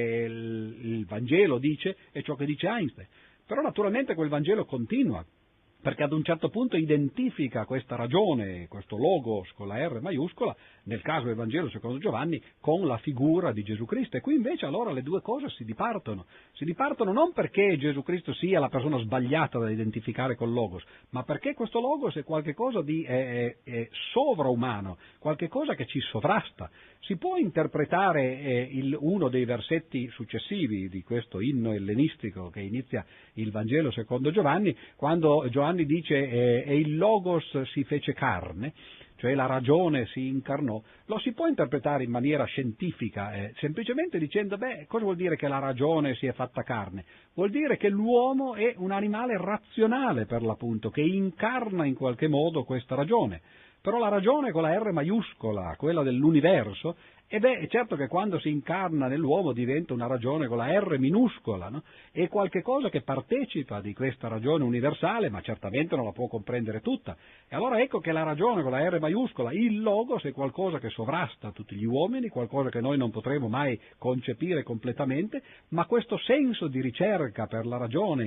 A: il Vangelo dice e ciò che dice Einstein. Però naturalmente quel Vangelo continua, perché ad un certo punto identifica questa ragione, questo logos con la R maiuscola, nel caso del Vangelo secondo Giovanni, con la figura di Gesù Cristo. E qui invece allora le due cose si dipartono non perché Gesù Cristo sia la persona sbagliata da identificare col logos, ma perché questo logos è qualche cosa di sovraumano, qualche cosa che ci sovrasta. Si può interpretare uno dei versetti successivi di questo inno ellenistico che inizia il Vangelo secondo Giovanni, quando Giovanni dice e il Logos si fece carne, cioè la ragione si incarnò. Lo si può interpretare in maniera scientifica, semplicemente dicendo, cosa vuol dire che la ragione si è fatta carne? Vuol dire che l'uomo è un animale razionale, per l'appunto, che incarna in qualche modo questa ragione. Però la ragione con la R maiuscola, quella dell'universo, è certo che quando si incarna nell'uomo diventa una ragione con la R minuscola, no? È qualche cosa che partecipa di questa ragione universale, ma certamente non la può comprendere tutta. E allora ecco che la ragione con la R maiuscola, il Logos, è qualcosa che sovrasta tutti gli uomini, qualcosa che noi non potremo mai concepire completamente, ma questo senso di ricerca per la ragione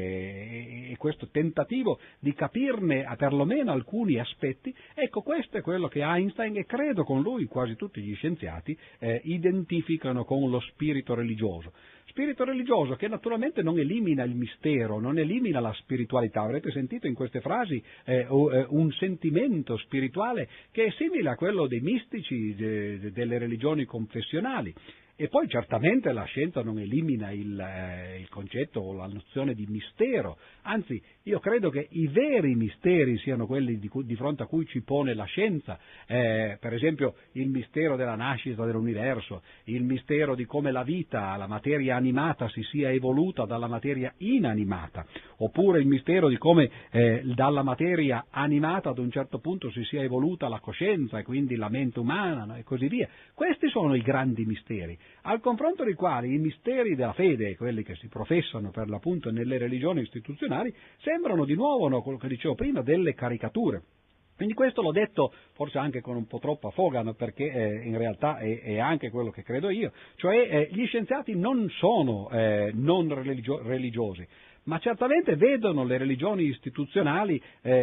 A: e questo tentativo di capirne perlomeno alcuni aspetti, ecco, questo è quello che Einstein, e credo con lui quasi tutti gli scienziati, identificano con lo spirito religioso. Spirito religioso che naturalmente non elimina il mistero, non elimina la spiritualità. Avrete sentito in queste frasi un sentimento spirituale che è simile a quello dei mistici delle religioni confessionali. E poi certamente la scienza non elimina il concetto o la nozione di mistero, anzi io credo che i veri misteri siano quelli di fronte a cui ci pone la scienza, per esempio il mistero della nascita dell'universo, il mistero di come la vita, la materia animata si sia evoluta dalla materia inanimata, oppure il mistero di come dalla materia animata ad un certo punto si sia evoluta la coscienza e quindi la mente umana, no? E così via. Questi sono i grandi misteri, al confronto dei quali i misteri della fede, quelli che si professano per l'appunto nelle religioni istituzionali, sembrano di nuovo, no, quello che dicevo prima, delle caricature. Quindi questo l'ho detto forse anche con un po' troppa foga, no? Perché in realtà è anche quello che credo io, cioè gli scienziati non sono non religiosi, ma certamente vedono le religioni istituzionali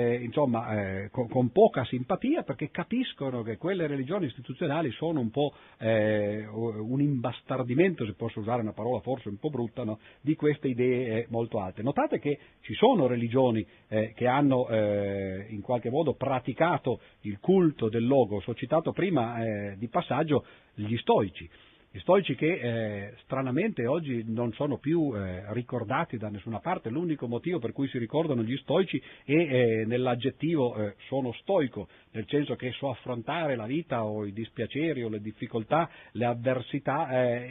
A: con poca simpatia, perché capiscono che quelle religioni istituzionali sono un po' un imbastardimento, se posso usare una parola forse un po' brutta, no? Di queste idee molto alte. Notate che ci sono religioni che hanno in qualche modo praticato il culto del Logos. Ho citato prima di passaggio gli stoici. Gli stoici che stranamente oggi non sono più ricordati da nessuna parte. L'unico motivo per cui si ricordano gli stoici è nell'aggettivo sono stoico, nel senso che so affrontare la vita o i dispiaceri o le difficoltà, le avversità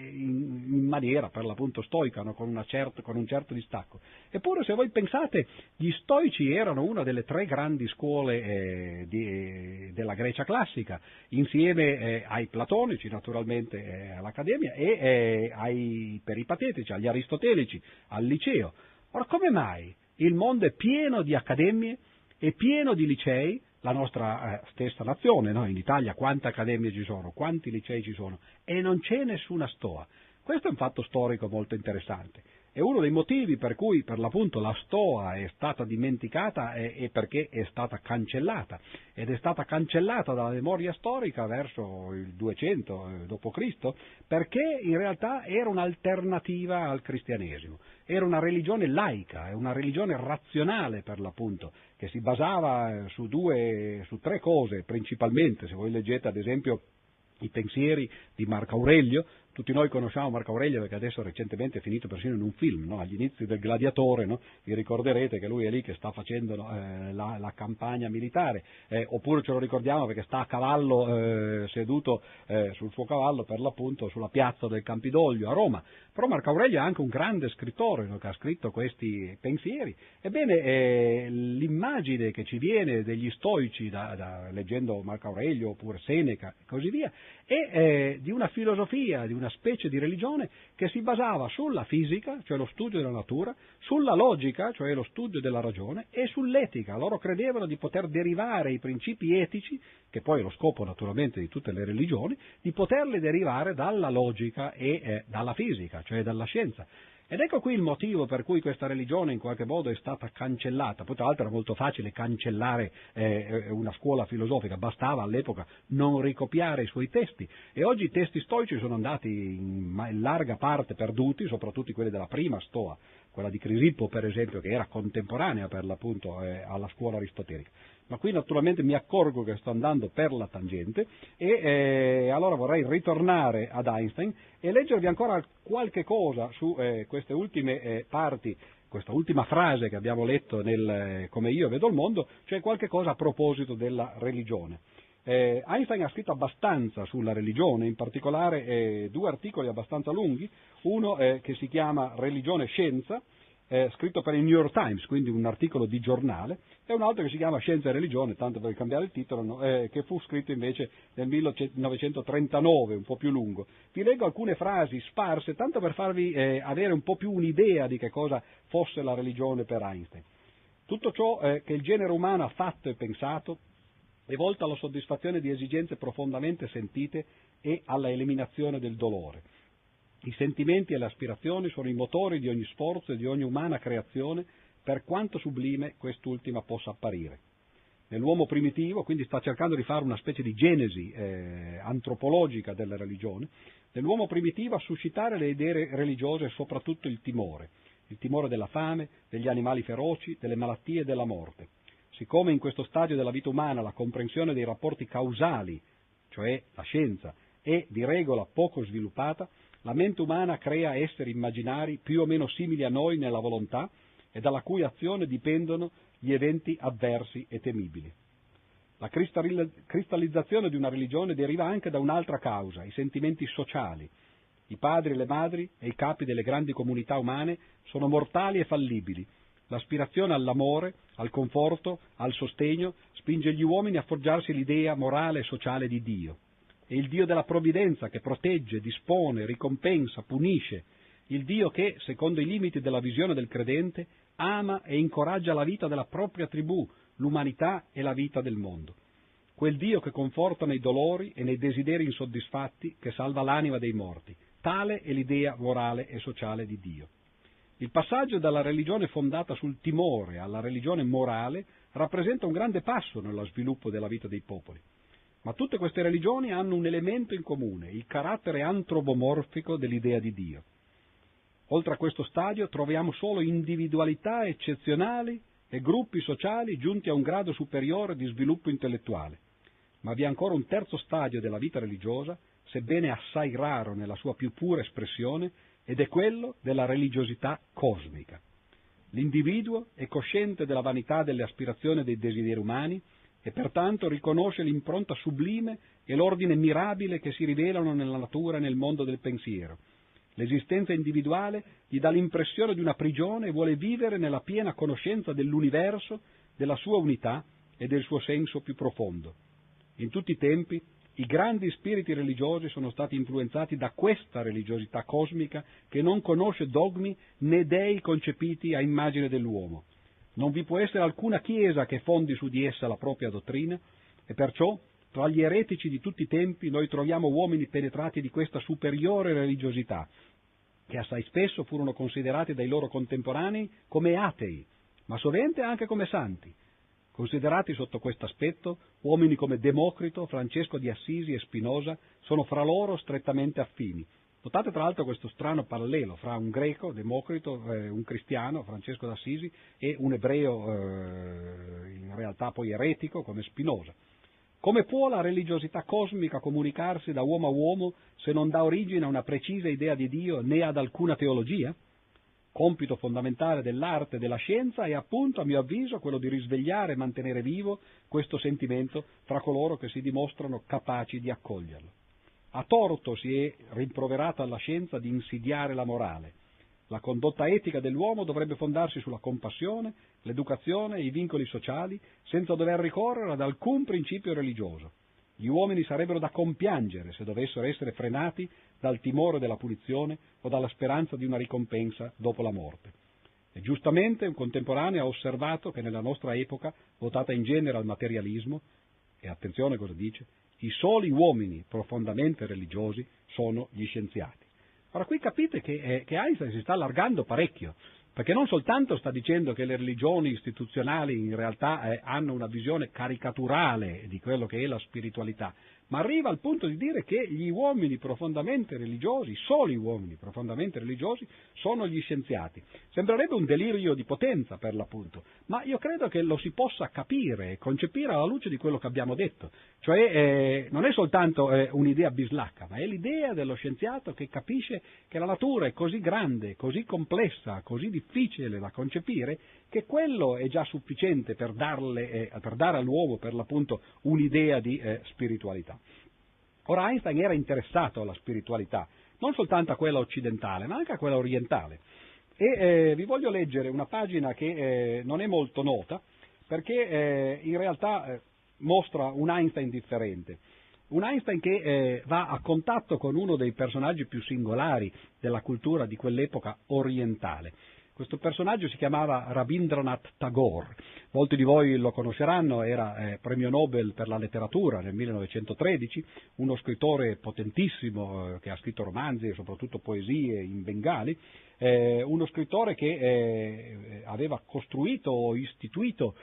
A: in maniera per l'appunto stoica, no? con un certo distacco. Eppure, se voi pensate, gli stoici erano una delle tre grandi scuole della Grecia classica, insieme ai platonici, naturalmente all'Accademia, e ai peripatetici, agli aristotelici, al liceo. Ora, come mai il mondo è pieno di accademie e pieno di licei? La nostra stessa nazione, no? In Italia quante accademie ci sono, quanti licei ci sono, e non c'è nessuna stoa. Questo è un fatto storico molto interessante. È uno dei motivi per cui, per l'appunto, la stoa è stata dimenticata e perché è stata cancellata. Ed è stata cancellata dalla memoria storica verso il 200 d.C., perché in realtà era un'alternativa al cristianesimo. Era una religione laica, una religione razionale per l'appunto, che si basava su tre cose principalmente. Se voi leggete ad esempio i pensieri di Marco Aurelio, tutti noi conosciamo Marco Aurelio perché adesso recentemente è finito persino in un film, no? Agli inizi del Gladiatore, no? Vi ricorderete che lui è lì che sta facendo la campagna militare, oppure ce lo ricordiamo perché sta a cavallo, seduto sul suo cavallo per l'appunto sulla piazza del Campidoglio a Roma. Però Marco Aurelio è anche un grande scrittore, no? Che ha scritto questi pensieri. Ebbene, l'immagine che ci viene degli stoici leggendo Marco Aurelio oppure Seneca e così via è di una filosofia, di una specie di religione che si basava sulla fisica, cioè lo studio della natura, sulla logica, cioè lo studio della ragione, e sull'etica. Loro credevano di poter derivare i principi etici, che poi è lo scopo naturalmente di tutte le religioni, di poterli derivare dalla logica e dalla fisica, cioè dalla scienza. Ed ecco qui il motivo per cui questa religione in qualche modo è stata cancellata. Poi tra l'altro era molto facile cancellare una scuola filosofica, bastava all'epoca non ricopiare i suoi testi, e oggi i testi stoici sono andati in larga parte perduti, soprattutto quelli della prima stoa, quella di Crisippo per esempio, che era contemporanea per l'appunto alla scuola aristotelica. Ma qui naturalmente mi accorgo che sto andando per la tangente e allora vorrei ritornare ad Einstein e leggervi ancora qualche cosa su queste ultime parti, questa ultima frase che abbiamo letto nel Come io vedo il mondo, cioè qualche cosa a proposito della religione. Einstein ha scritto abbastanza sulla religione, in particolare due articoli abbastanza lunghi, uno che si chiama Religione e Scienza, scritto per il New York Times, quindi un articolo di giornale, e un altro che si chiama Scienza e Religione, tanto per cambiare il titolo, che fu scritto invece nel 1939, un po' più lungo. Vi leggo alcune frasi sparse, tanto per farvi avere un po' più un'idea di che cosa fosse la religione per Einstein. Tutto ciò che il genere umano ha fatto e pensato è volto alla soddisfazione di esigenze profondamente sentite e alla eliminazione del dolore. I sentimenti e le aspirazioni sono i motori di ogni sforzo e di ogni umana creazione, per quanto sublime quest'ultima possa apparire. Nell'uomo primitivo, quindi sta cercando di fare una specie di genesi antropologica della religione, nell'uomo primitivo a suscitare le idee religiose soprattutto il timore della fame, degli animali feroci, delle malattie e della morte. Siccome in questo stadio della vita umana la comprensione dei rapporti causali, cioè la scienza, è di regola poco sviluppata, la mente umana crea esseri immaginari più o meno simili a noi nella volontà e dalla cui azione dipendono gli eventi avversi e temibili. La cristallizzazione di una religione deriva anche da un'altra causa, i sentimenti sociali. I padri e le madri e i capi delle grandi comunità umane sono mortali e fallibili. L'aspirazione all'amore, al conforto, al sostegno spinge gli uomini a forgiarsi l'idea morale e sociale di Dio. È il Dio della provvidenza che protegge, dispone, ricompensa, punisce, il Dio che, secondo i limiti della visione del credente, ama e incoraggia la vita della propria tribù, l'umanità e la vita del mondo. Quel Dio che conforta nei dolori e nei desideri insoddisfatti, che salva l'anima dei morti. Tale è l'idea morale e sociale di Dio. Il passaggio dalla religione fondata sul timore alla religione morale rappresenta un grande passo nello sviluppo della vita dei popoli. Ma tutte queste religioni hanno un elemento in comune, il carattere antropomorfico dell'idea di Dio. Oltre a questo stadio troviamo solo individualità eccezionali e gruppi sociali giunti a un grado superiore di sviluppo intellettuale. Ma vi è ancora un terzo stadio della vita religiosa, sebbene assai raro nella sua più pura espressione, ed è quello della religiosità cosmica. L'individuo è cosciente della vanità delle aspirazioni e dei desideri umani e pertanto riconosce l'impronta sublime e l'ordine mirabile che si rivelano nella natura e nel mondo del pensiero. L'esistenza individuale gli dà l'impressione di una prigione e vuole vivere nella piena conoscenza dell'universo, della sua unità e del suo senso più profondo. In tutti i tempi i grandi spiriti religiosi sono stati influenzati da questa religiosità cosmica che non conosce dogmi né dei concepiti a immagine dell'uomo. Non vi può essere alcuna chiesa che fondi su di essa la propria dottrina e perciò tra gli eretici di tutti i tempi noi troviamo uomini penetrati di questa superiore religiosità, che assai spesso furono considerati dai loro contemporanei come atei, ma sovente anche come santi. Considerati sotto questo aspetto, uomini come Democrito, Francesco di Assisi e Spinoza sono fra loro strettamente affini. Notate tra l'altro questo strano parallelo fra un greco, Democrito, un cristiano, Francesco d'Assisi, e un ebreo in realtà poi eretico come Spinoza. Come può la religiosità cosmica comunicarsi da uomo a uomo se non dà origine a una precisa idea di Dio né ad alcuna teologia? Compito fondamentale dell'arte e della scienza è appunto, a mio avviso, quello di risvegliare e mantenere vivo questo sentimento fra coloro che si dimostrano capaci di accoglierlo. A torto si è rimproverato alla scienza di insidiare la morale. La condotta etica dell'uomo dovrebbe fondarsi sulla compassione, l'educazione e i vincoli sociali, senza dover ricorrere ad alcun principio religioso. Gli uomini sarebbero da compiangere se dovessero essere frenati dal timore della punizione o dalla speranza di una ricompensa dopo la morte. E giustamente un contemporaneo ha osservato che nella nostra epoca, votata in genere al materialismo, e attenzione cosa dice, i soli uomini profondamente religiosi sono gli scienziati. Ora qui capite che Einstein si sta allargando parecchio, perché non soltanto sta dicendo che le religioni istituzionali in realtà hanno una visione caricaturale di quello che è la spiritualità, ma arriva al punto di dire che gli uomini profondamente religiosi, soli uomini profondamente religiosi, sono gli scienziati. Sembrerebbe un delirio di potenza per l'appunto, ma io credo che lo si possa capire e concepire alla luce di quello che abbiamo detto, cioè non è soltanto un'idea bislacca, ma è l'idea dello scienziato che capisce che la natura è così grande, così complessa, così difficile da concepire, che quello è già sufficiente per dare all'uomo per l'appunto un'idea di spiritualità. Ora Einstein era interessato alla spiritualità, non soltanto a quella occidentale, ma anche a quella orientale. E vi voglio leggere una pagina che non è molto nota, perché in realtà mostra un Einstein differente. Un Einstein che va a contatto con uno dei personaggi più singolari della cultura di quell'epoca orientale. Questo personaggio si chiamava Rabindranath Tagore, molti di voi lo conosceranno, era premio Nobel per la letteratura nel 1913, uno scrittore potentissimo che ha scritto romanzi e soprattutto poesie in bengali, uno scrittore che aveva costruito o istituito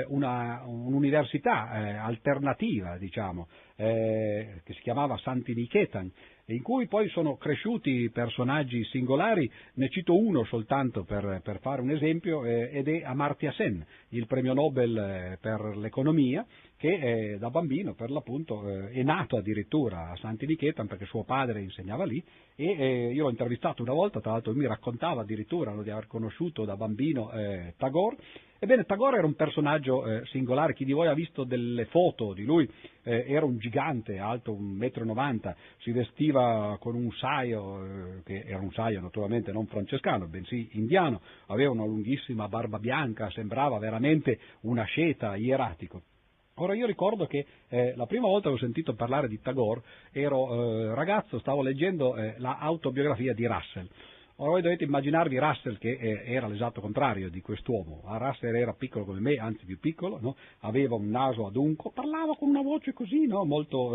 A: un'università alternativa, diciamo, che si chiamava Santiniketan, in cui poi sono cresciuti personaggi singolari. Ne cito uno soltanto per fare un esempio, ed è Amartya Sen, il premio Nobel per l'economia, che da bambino per l'appunto è nato addirittura a Santiniketan perché suo padre insegnava lì, e io l'ho intervistato una volta, tra l'altro mi raccontava addirittura di aver conosciuto da bambino Tagore. Ebbene, Tagore era un personaggio singolare. Chi di voi ha visto delle foto di lui? Era un gigante, alto 1,90 m, si vestiva con un saio, che era un saio naturalmente non francescano, bensì indiano, aveva una lunghissima barba bianca, sembrava veramente un asceta ieratico. Ora io ricordo che la prima volta che ho sentito parlare di Tagore ero ragazzo, stavo leggendo la autobiografia di Russell. Ora voi dovete immaginarvi Russell che era l'esatto contrario di quest'uomo. Russell era piccolo come me, anzi più piccolo, no? Aveva un naso adunco, parlava con una voce così, no? Molto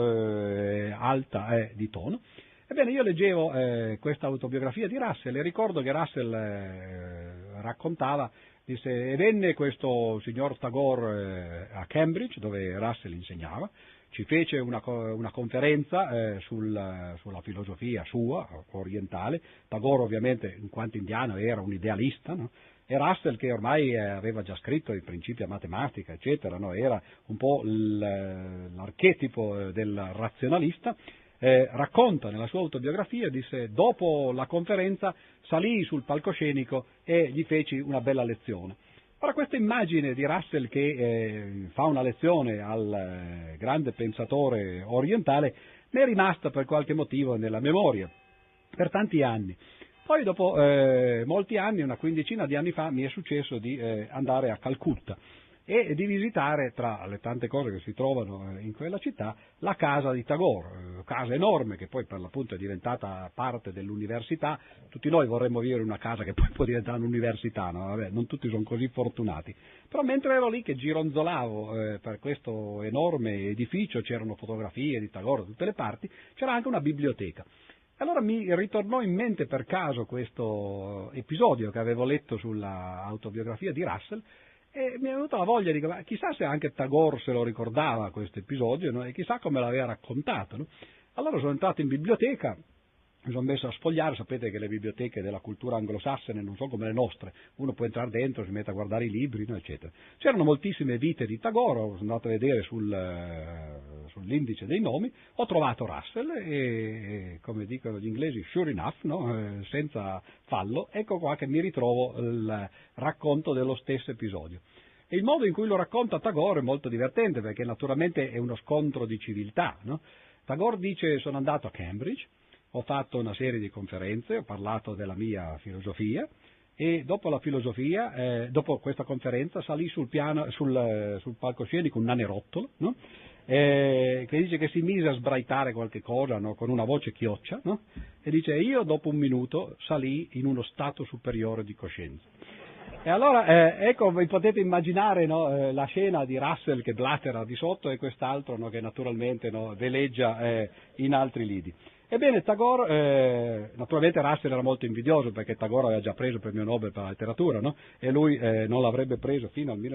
A: alta di tono. Ebbene, io leggevo questa autobiografia di Russell e ricordo che Russell raccontava, disse, e venne questo signor Tagore a Cambridge, dove Russell insegnava, ci fece una conferenza sulla filosofia sua, orientale. Tagore ovviamente, in quanto indiano, era un idealista, no? E Russell, che ormai aveva già scritto i principi a matematica, eccetera, no? Era un po' l'archetipo del razionalista. racconta nella sua autobiografia, disse: dopo la conferenza salii sul palcoscenico e gli feci una bella lezione. Ora, questa immagine di Russell che fa una lezione al grande pensatore orientale mi è rimasta per qualche motivo nella memoria, per tanti anni. Poi dopo molti anni, una quindicina di anni fa, mi è successo di andare a Calcutta e di visitare, tra le tante cose che si trovano in quella città, la casa di Tagore, casa enorme che poi per l'appunto è diventata parte dell'università. Tutti noi vorremmo vivere in una casa che poi può diventare un'università, no? Vabbè, non tutti sono così fortunati. Però mentre ero lì che gironzolavo per questo enorme edificio, c'erano fotografie di Tagore da tutte le parti, c'era anche una biblioteca. Allora mi ritornò in mente per caso questo episodio che avevo letto sulla autobiografia di Russell e mi è venuta la voglia di dire: chissà se anche Tagore se lo ricordava questo episodio, no? E chissà come l'aveva raccontato, no? Allora sono entrato in biblioteca, mi sono messo a sfogliare. Sapete che le biblioteche della cultura anglosassone non sono come le nostre, uno può entrare dentro, si mette a guardare i libri, no, eccetera. C'erano moltissime vite di Tagore, sono andato a vedere sull'indice dei nomi, ho trovato Russell e come dicono gli inglesi, sure enough, no? Senza fallo, ecco qua che mi ritrovo il racconto dello stesso episodio. E il modo in cui lo racconta Tagore è molto divertente, perché naturalmente è uno scontro di civiltà, no? Tagore dice: sono andato a Cambridge, ho fatto una serie di conferenze, ho parlato della mia filosofia e dopo la filosofia, dopo questa conferenza, salì sul palcoscenico un nanerottolo, no? Che dice che si mise a sbraitare qualche cosa, no? Con una voce chioccia, no? E dice: io dopo un minuto salì in uno stato superiore di coscienza. E allora, ecco, vi potete immaginare, no, la scena di Russell che blatera di sotto e quest'altro, no, che naturalmente, no, veleggia in altri lidi. Ebbene, Tagore, naturalmente Russell era molto invidioso perché Tagore aveva già preso il premio Nobel per la letteratura, no? E lui non l'avrebbe preso fino al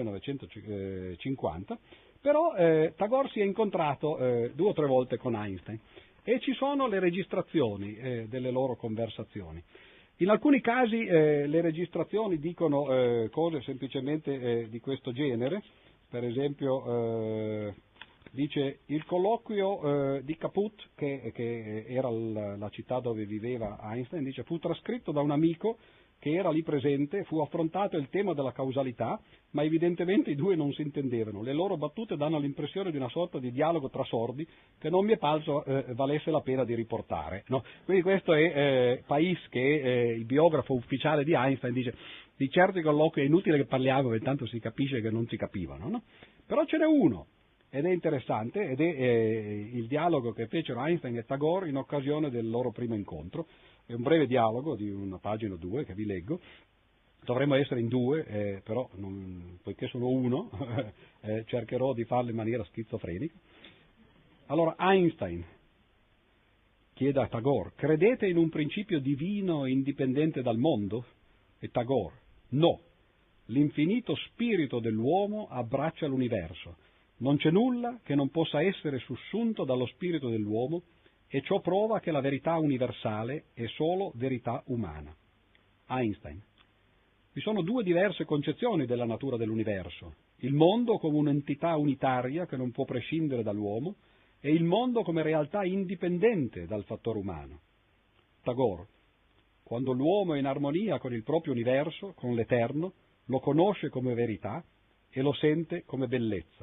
A: 1950, però Tagore si è incontrato 2 o 3 volte con Einstein e ci sono le registrazioni delle loro conversazioni. In alcuni casi le registrazioni dicono cose semplicemente di questo genere, per esempio dice: il colloquio di Caput, che era la città dove viveva Einstein, dice: fu trascritto da un amico che era lì presente, fu affrontato il tema della causalità, ma evidentemente i due non si intendevano. Le loro battute danno l'impressione di una sorta di dialogo tra sordi che non mi è parso valesse la pena di riportare. No? Quindi questo è Pais, che è il biografo ufficiale di Einstein, dice: di certi colloqui è inutile che parliamo, perché tanto si capisce che non si capivano. No? Però ce n'è uno, ed è interessante, ed è il dialogo che fecero Einstein e Tagore in occasione del loro primo incontro. È un breve dialogo di una pagina o 2 che vi leggo. Dovremmo essere in 2, però poiché sono uno cercherò di farlo in maniera schizofrenica. Allora Einstein chiede a Tagore: credete in un principio divino indipendente dal mondo? E Tagore: no, l'infinito spirito dell'uomo abbraccia l'universo. Non c'è nulla che non possa essere sussunto dallo spirito dell'uomo, e ciò prova che la verità universale è solo verità umana. Einstein: vi sono 2 diverse concezioni della natura dell'universo: il mondo come un'entità unitaria che non può prescindere dall'uomo e il mondo come realtà indipendente dal fattore umano. Tagore: quando l'uomo è in armonia con il proprio universo, con l'eterno, lo conosce come verità e lo sente come bellezza.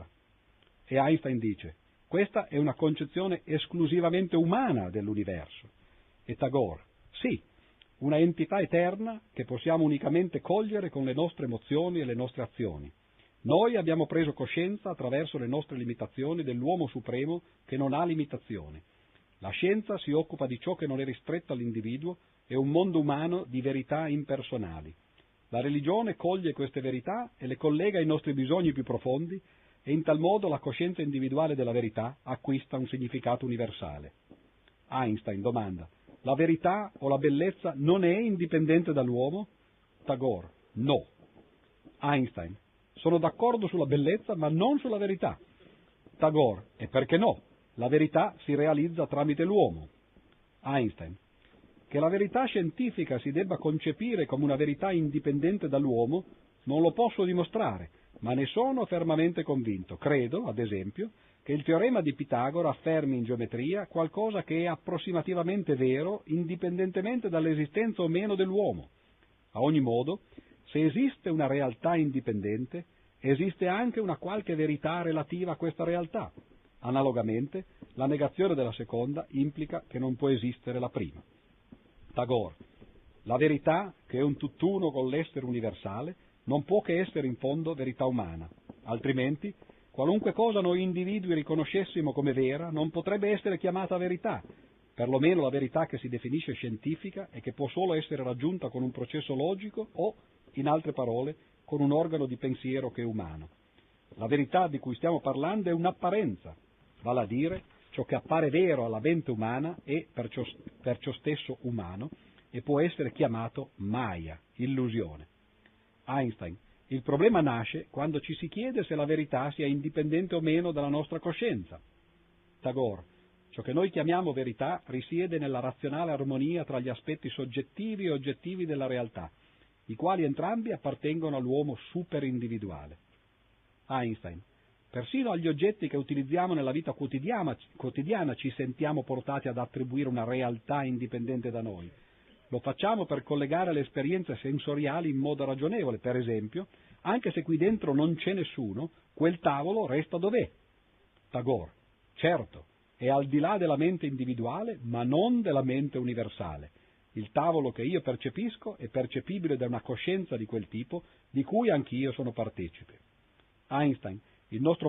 A: E Einstein dice: questa è una concezione esclusivamente umana dell'universo. E Tagore: sì, una entità eterna che possiamo unicamente cogliere con le nostre emozioni e le nostre azioni. Noi abbiamo preso coscienza attraverso le nostre limitazioni dell'uomo supremo che non ha limitazioni. La scienza si occupa di ciò che non è ristretto all'individuo, è un mondo umano di verità impersonali. La religione coglie queste verità e le collega ai nostri bisogni più profondi, e in tal modo la coscienza individuale della verità acquista un significato universale. Einstein domanda: la verità o la bellezza non è indipendente dall'uomo? Tagore: no. Einstein: sono d'accordo sulla bellezza ma non sulla verità. Tagore: e perché no? La verità si realizza tramite l'uomo. Einstein: che la verità scientifica si debba concepire come una verità indipendente dall'uomo non lo posso dimostrare, ma ne sono fermamente convinto. Credo, ad esempio, che il teorema di Pitagora affermi in geometria qualcosa che è approssimativamente vero indipendentemente dall'esistenza o meno dell'uomo. A ogni modo, se esiste una realtà indipendente, esiste anche una qualche verità relativa a questa realtà. Analogamente, la negazione della seconda implica che non può esistere la prima. Tagore: la verità, che è un tutt'uno con l'essere universale, non può che essere in fondo verità umana, altrimenti qualunque cosa noi individui riconoscessimo come vera non potrebbe essere chiamata verità, perlomeno la verità che si definisce scientifica e che può solo essere raggiunta con un processo logico o, in altre parole, con un organo di pensiero che è umano. La verità di cui stiamo parlando è un'apparenza, vale a dire ciò che appare vero alla mente umana è perciò stesso umano e può essere chiamato Maya, illusione. Einstein: il problema nasce quando ci si chiede se la verità sia indipendente o meno dalla nostra coscienza. Tagore: ciò che noi chiamiamo verità risiede nella razionale armonia tra gli aspetti soggettivi e oggettivi della realtà, i quali entrambi appartengono all'uomo superindividuale. Einstein: persino agli oggetti che utilizziamo nella vita quotidiana ci sentiamo portati ad attribuire una realtà indipendente da noi. Lo facciamo per collegare le esperienze sensoriali in modo ragionevole. Per esempio, anche se qui dentro non c'è nessuno, quel tavolo resta dov'è. Tagore: certo, è al di là della mente individuale, ma non della mente universale. Il tavolo che io percepisco è percepibile da una coscienza di quel tipo, di cui anch'io sono partecipe. Einstein: il nostro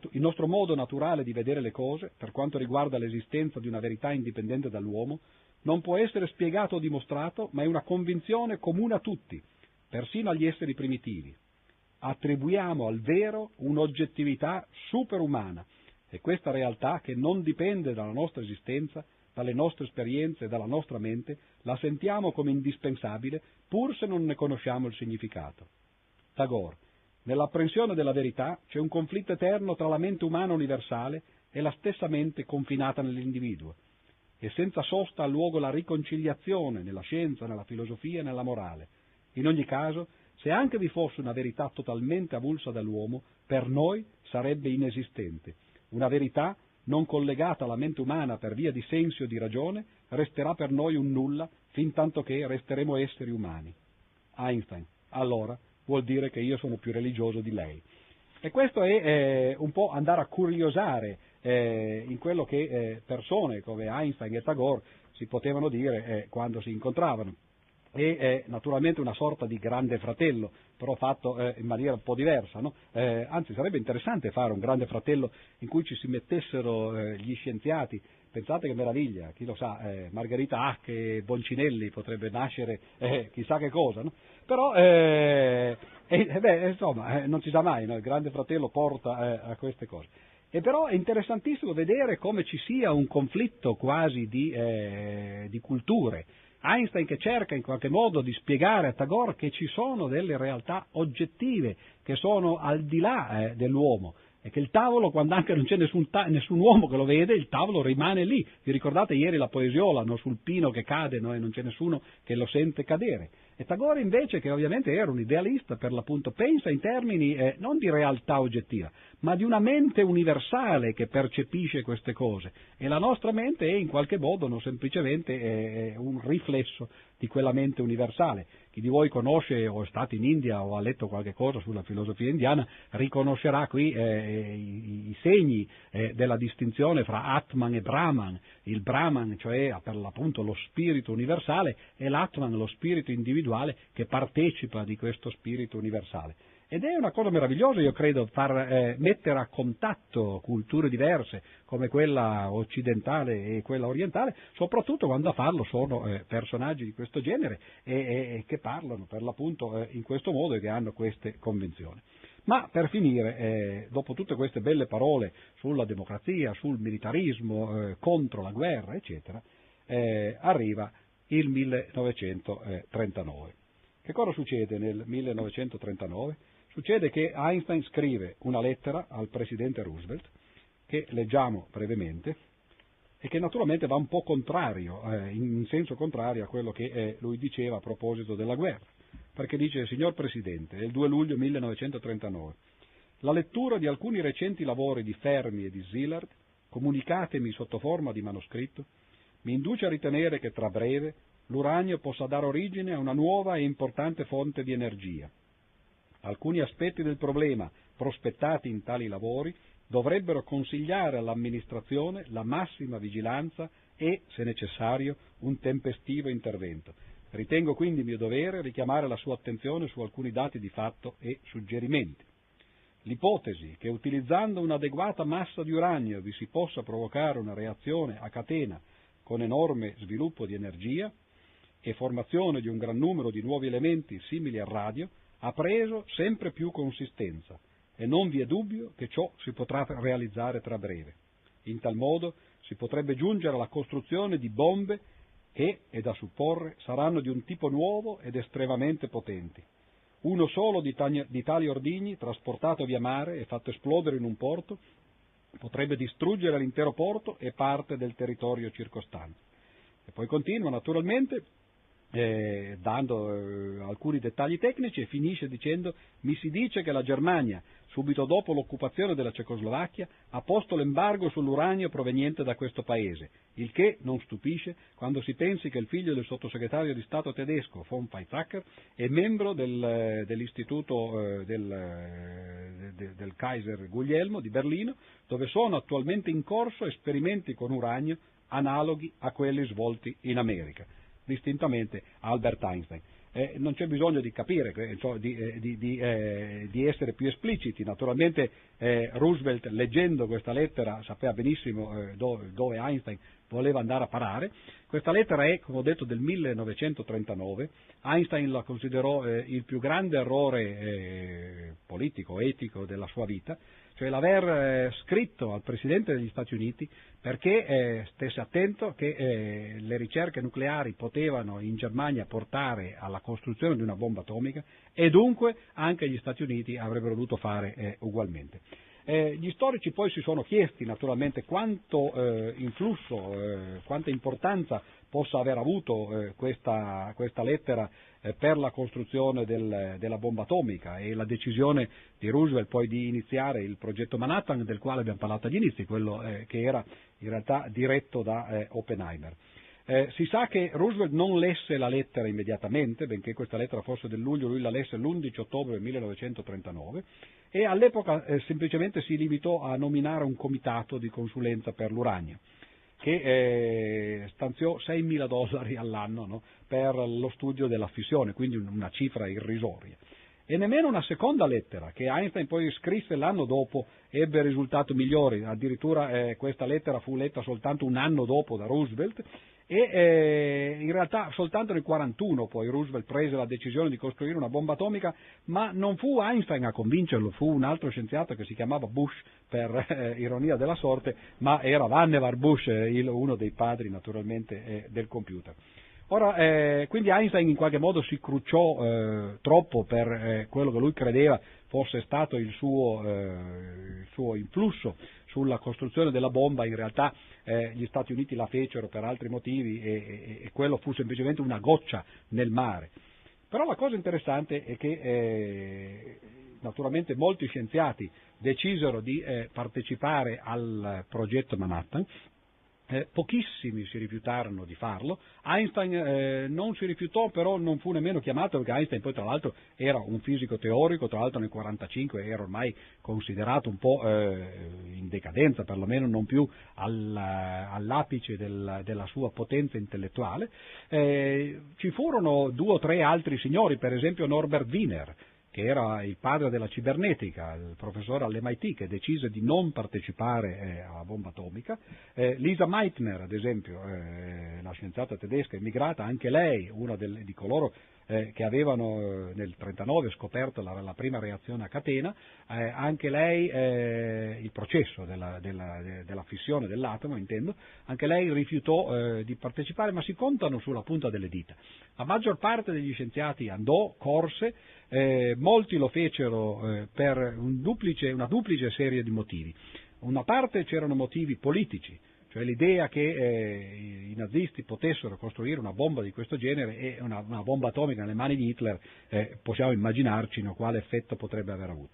A: modo naturale di vedere le cose, per quanto riguarda l'esistenza di una verità indipendente dall'uomo, non può essere spiegato o dimostrato, ma è una convinzione comune a tutti, persino agli esseri primitivi. Attribuiamo al vero un'oggettività superumana, e questa realtà, che non dipende dalla nostra esistenza, dalle nostre esperienze e dalla nostra mente, la sentiamo come indispensabile, pur se non ne conosciamo il significato. Tagore: nell'apprensione della verità c'è un conflitto eterno tra la mente umana universale e la stessa mente confinata nell'individuo, e senza sosta ha luogo la riconciliazione nella scienza, nella filosofia e nella morale. In ogni caso, se anche vi fosse una verità totalmente avulsa dall'uomo, per noi sarebbe inesistente. Una verità non collegata alla mente umana per via di sensi o di ragione resterà per noi un nulla fin tanto che resteremo esseri umani. Einstein: allora vuol dire che io sono più religioso di lei. E questo è un po' andare a curiosare in quello che persone come Einstein e Tagore si potevano dire quando si incontravano. E naturalmente una sorta di grande fratello, però fatto in maniera un po' diversa, no? Anzi, sarebbe interessante fare un grande fratello in cui ci si mettessero gli scienziati. Pensate che meraviglia, chi lo sa, Margherita Hack e Boncinelli potrebbe nascere chissà che cosa, no? Però insomma, non si sa mai, no? Il grande fratello porta a queste cose. E però è interessantissimo vedere come ci sia un conflitto quasi di culture. Einstein che cerca in qualche modo di spiegare a Tagore che ci sono delle realtà oggettive che sono al di là dell'uomo, e che il tavolo, quando anche non c'è nessun uomo che lo vede, il tavolo rimane lì. Vi ricordate ieri la poesiola, no? Sul pino che cade, no? E non c'è nessuno che lo sente cadere. E Tagore invece, che ovviamente era un idealista per l'appunto, pensa in termini non di realtà oggettiva, ma di una mente universale che percepisce queste cose, e la nostra mente è in qualche modo non semplicemente un riflesso di quella mente universale. Chi di voi conosce o è stato in India o ha letto qualche cosa sulla filosofia indiana riconoscerà qui i segni della distinzione fra Atman e Brahman. Il Brahman, cioè per l'appunto lo spirito universale, e l'Atman, lo spirito individuale che partecipa di questo spirito universale. Ed è una cosa meravigliosa, io credo, far mettere a contatto culture diverse come quella occidentale e quella orientale, soprattutto quando a farlo sono personaggi di questo genere e che parlano per l'appunto in questo modo e che hanno queste convinzioni. Ma per finire, dopo tutte queste belle parole sulla democrazia, sul militarismo, contro la guerra, eccetera, arriva il 1939. Che cosa succede nel 1939? Succede che Einstein scrive una lettera al presidente Roosevelt, che leggiamo brevemente, e che naturalmente va un po' contrario, in senso contrario a quello che lui diceva a proposito della guerra, perché dice: signor Presidente, è il 2 luglio 1939, La lettura di alcuni recenti lavori di Fermi e di Szilard, comunicatemi sotto forma di manoscritto, mi induce a ritenere che tra breve l'uranio possa dare origine a una nuova e importante fonte di energia. Alcuni aspetti del problema prospettati in tali lavori dovrebbero consigliare all'amministrazione la massima vigilanza e, se necessario, un tempestivo intervento. Ritengo quindi mio dovere richiamare la sua attenzione su alcuni dati di fatto e suggerimenti. L'ipotesi che utilizzando un'adeguata massa di uranio vi si possa provocare una reazione a catena con enorme sviluppo di energia e formazione di un gran numero di nuovi elementi simili al radio ha preso sempre più consistenza e non vi è dubbio che ciò si potrà realizzare tra breve. In tal modo si potrebbe giungere alla costruzione di bombe che, è da supporre, saranno di un tipo nuovo ed estremamente potenti. Uno solo di tali ordigni, trasportato via mare e fatto esplodere in un porto, potrebbe distruggere l'intero porto e parte del territorio circostante. E poi continua naturalmente dando alcuni dettagli tecnici e finisce dicendo: mi si dice che la Germania, subito dopo l'occupazione della Cecoslovacchia, ha posto l'embargo sull'uranio proveniente da questo paese, il che non stupisce quando si pensi che il figlio del sottosegretario di Stato tedesco von Weizsäcker è membro dell'istituto del Kaiser Guglielmo di Berlino, dove sono attualmente in corso esperimenti con uranio analoghi a quelli svolti in America. Distintamente Albert Einstein. Non c'è bisogno di capire, di essere più espliciti. Naturalmente Roosevelt, leggendo questa lettera, sapeva benissimo dove Einstein voleva andare a parare. Questa lettera è, come ho detto, del 1939. Einstein la considerò il più grande errore politico, etico della sua vita, cioè l'aver scritto al Presidente degli Stati Uniti perché stesse attento che le ricerche nucleari potevano in Germania portare alla costruzione di una bomba atomica e dunque anche gli Stati Uniti avrebbero dovuto fare ugualmente. Gli storici poi si sono chiesti naturalmente quanto influsso, quanta importanza possa aver avuto questa lettera per la costruzione della bomba atomica e la decisione di Roosevelt poi di iniziare il progetto Manhattan, del quale abbiamo parlato agli inizi, quello che era in realtà diretto da Oppenheimer. Si sa che Roosevelt non lesse la lettera immediatamente, benché questa lettera fosse del luglio, lui la lesse l'11 ottobre 1939 e all'epoca semplicemente si limitò a nominare un comitato di consulenza per l'uranio che stanziò $6.000 all'anno, no, per lo studio della fissione, quindi una cifra irrisoria. E nemmeno una seconda lettera, che Einstein poi scrisse l'anno dopo, ebbe risultati migliori. Addirittura questa lettera fu letta soltanto un anno dopo da Roosevelt e in realtà soltanto nel 1941 poi Roosevelt prese la decisione di costruire una bomba atomica, ma non fu Einstein a convincerlo, fu un altro scienziato che si chiamava Bush, per ironia della sorte, ma era Vannevar Bush, uno dei padri naturalmente del computer. Ora, quindi Einstein in qualche modo si crucciò troppo per quello che lui credeva fosse stato il suo influsso sulla costruzione della bomba. In realtà gli Stati Uniti la fecero per altri motivi e quello fu semplicemente una goccia nel mare. Però la cosa interessante è che naturalmente molti scienziati decisero di partecipare al progetto Manhattan. Pochissimi si rifiutarono di farlo. Einstein non si rifiutò, però non fu nemmeno chiamato, perché Einstein poi tra l'altro era un fisico teorico, tra l'altro nel 1945 era ormai considerato un po' in decadenza, perlomeno non più all'apice della sua potenza intellettuale. Ci furono 2 o 3 altri signori, per esempio Norbert Wiener, che era il padre della cibernetica, il professore all'MIT, che decise di non partecipare alla bomba atomica. Lisa Meitner, ad esempio, la scienziata tedesca immigrata, anche lei, una di coloro che avevano nel 1939 scoperto la prima reazione a catena, anche lei, il processo della fissione dell'atomo, intendo, anche lei rifiutò di partecipare, ma si contano sulla punta delle dita. La maggior parte degli scienziati andò, corse, molti lo fecero per una duplice serie di motivi. Una parte c'erano motivi politici, cioè l'idea che i nazisti potessero costruire una bomba di questo genere e una bomba atomica nelle mani di Hitler, possiamo immaginarci quale effetto potrebbe aver avuto.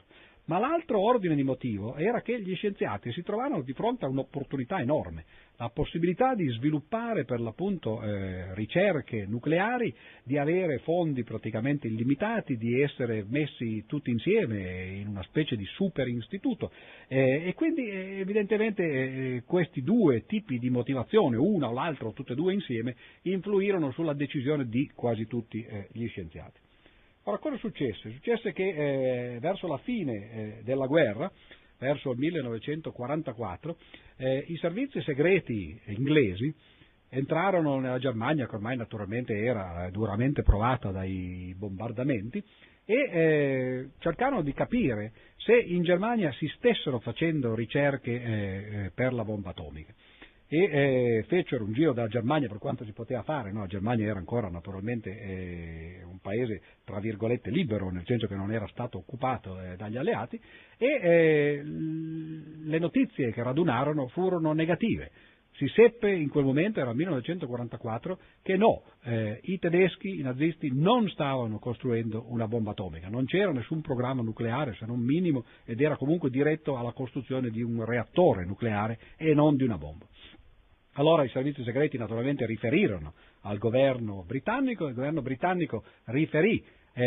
A: Ma l'altro ordine di motivo era che gli scienziati si trovavano di fronte a un'opportunità enorme, la possibilità di sviluppare per l'appunto ricerche nucleari, di avere fondi praticamente illimitati, di essere messi tutti insieme in una specie di super istituto e quindi evidentemente questi due tipi di motivazione, una o l'altra o tutte e due insieme, influirono sulla decisione di quasi tutti gli scienziati. Ora, cosa successe? Successe che verso la fine della guerra, verso il 1944, i servizi segreti inglesi entrarono nella Germania, che ormai naturalmente era duramente provata dai bombardamenti, e cercarono di capire se in Germania si stessero facendo ricerche per la bomba atomica. E fecero un giro della Germania per quanto si poteva fare, no? La Germania era ancora naturalmente un paese tra virgolette libero, nel senso che non era stato occupato dagli alleati, e le notizie che radunarono furono negative. Si seppe in quel momento, era il 1944, che no, i tedeschi, i nazisti non stavano costruendo una bomba atomica, non c'era nessun programma nucleare se non minimo, ed era comunque diretto alla costruzione di un reattore nucleare e non di una bomba. Allora i servizi segreti naturalmente riferirono al governo britannico, il governo britannico riferì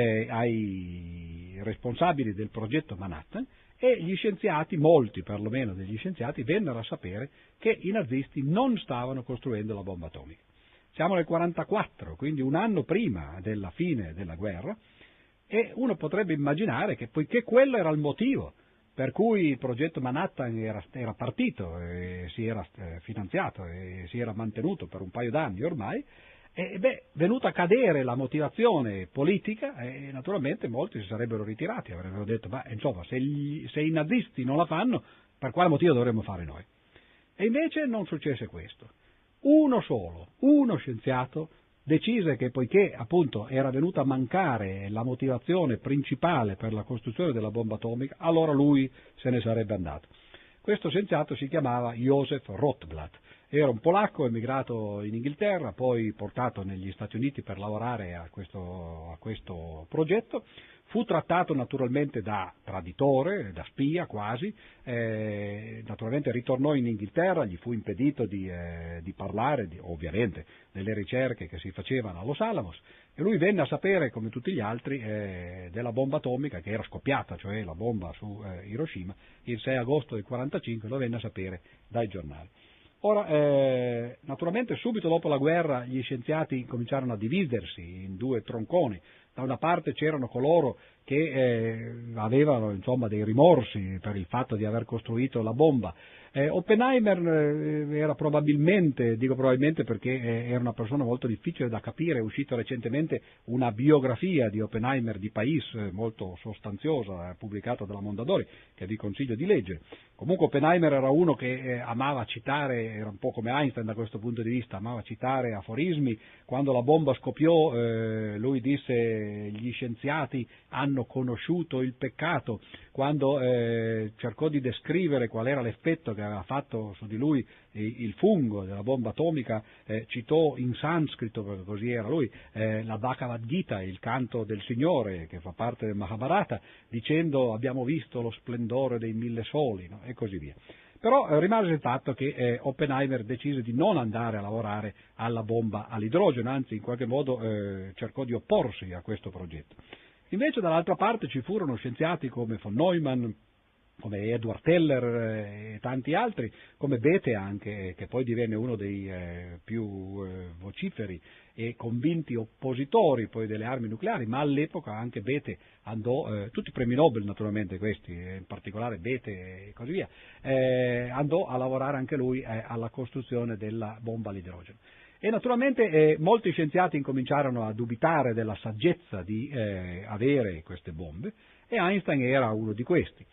A: ai responsabili del progetto Manhattan e gli scienziati, molti perlomeno degli scienziati, vennero a sapere che i nazisti non stavano costruendo la bomba atomica. Siamo nel 1944, quindi un anno prima della fine della guerra, e uno potrebbe immaginare che poiché quello era il motivo per cui il progetto Manhattan era partito, si era finanziato e si era mantenuto per un paio d'anni ormai, venuta a cadere la motivazione politica, naturalmente molti si sarebbero ritirati, avrebbero detto, insomma, se i nazisti non la fanno, per quale motivo dovremmo fare noi? E invece non successe questo. Uno solo, uno scienziato, decise che poiché appunto era venuta a mancare la motivazione principale per la costruzione della bomba atomica, allora lui se ne sarebbe andato. Questo scienziato si chiamava Joseph Rotblat, era un polacco emigrato in Inghilterra, poi portato negli Stati Uniti per lavorare a questo progetto. Fu trattato naturalmente da traditore, da spia quasi, naturalmente ritornò in Inghilterra, gli fu impedito di parlare, ovviamente, delle ricerche che si facevano a Los Alamos, e lui venne a sapere, come tutti gli altri, della bomba atomica che era scoppiata, cioè la bomba su Hiroshima, il 6 agosto del 1945, lo venne a sapere dai giornali. Ora, naturalmente subito dopo la guerra gli scienziati cominciarono a dividersi in due tronconi. Da una parte c'erano coloro che avevano insomma dei rimorsi per il fatto di aver costruito la bomba. Oppenheimer era probabilmente, dico probabilmente perché era una persona molto difficile da capire, è uscita recentemente una biografia di Oppenheimer di Pais, molto sostanziosa, pubblicata dalla Mondadori, che vi consiglio di leggere. Comunque Oppenheimer era uno che amava citare, era un po' come Einstein da questo punto di vista, amava citare aforismi. Quando la bomba scoppiò lui disse gli scienziati hanno conosciuto il peccato, quando cercò di descrivere qual era l'effetto che aveva fatto su di lui il fungo della bomba atomica, citò in sanscrito, perché così era lui, la Bhagavad Gita, il canto del Signore che fa parte del Mahabharata, dicendo abbiamo visto lo splendore dei 1000 soli, no? E così via. Però rimase il fatto che Oppenheimer decise di non andare a lavorare alla bomba all'idrogeno, anzi in qualche modo cercò di opporsi a questo progetto. Invece dall'altra parte ci furono scienziati come von Neumann, come Edward Teller e tanti altri, come Bethe anche, che poi divenne uno dei più vociferi e convinti oppositori poi delle armi nucleari, ma all'epoca anche Bethe andò, tutti i premi Nobel naturalmente questi, in particolare Bethe e così via, andò a lavorare anche lui alla costruzione della bomba all'idrogeno. E naturalmente molti scienziati incominciarono a dubitare della saggezza di avere queste bombe, e Einstein era uno di questi.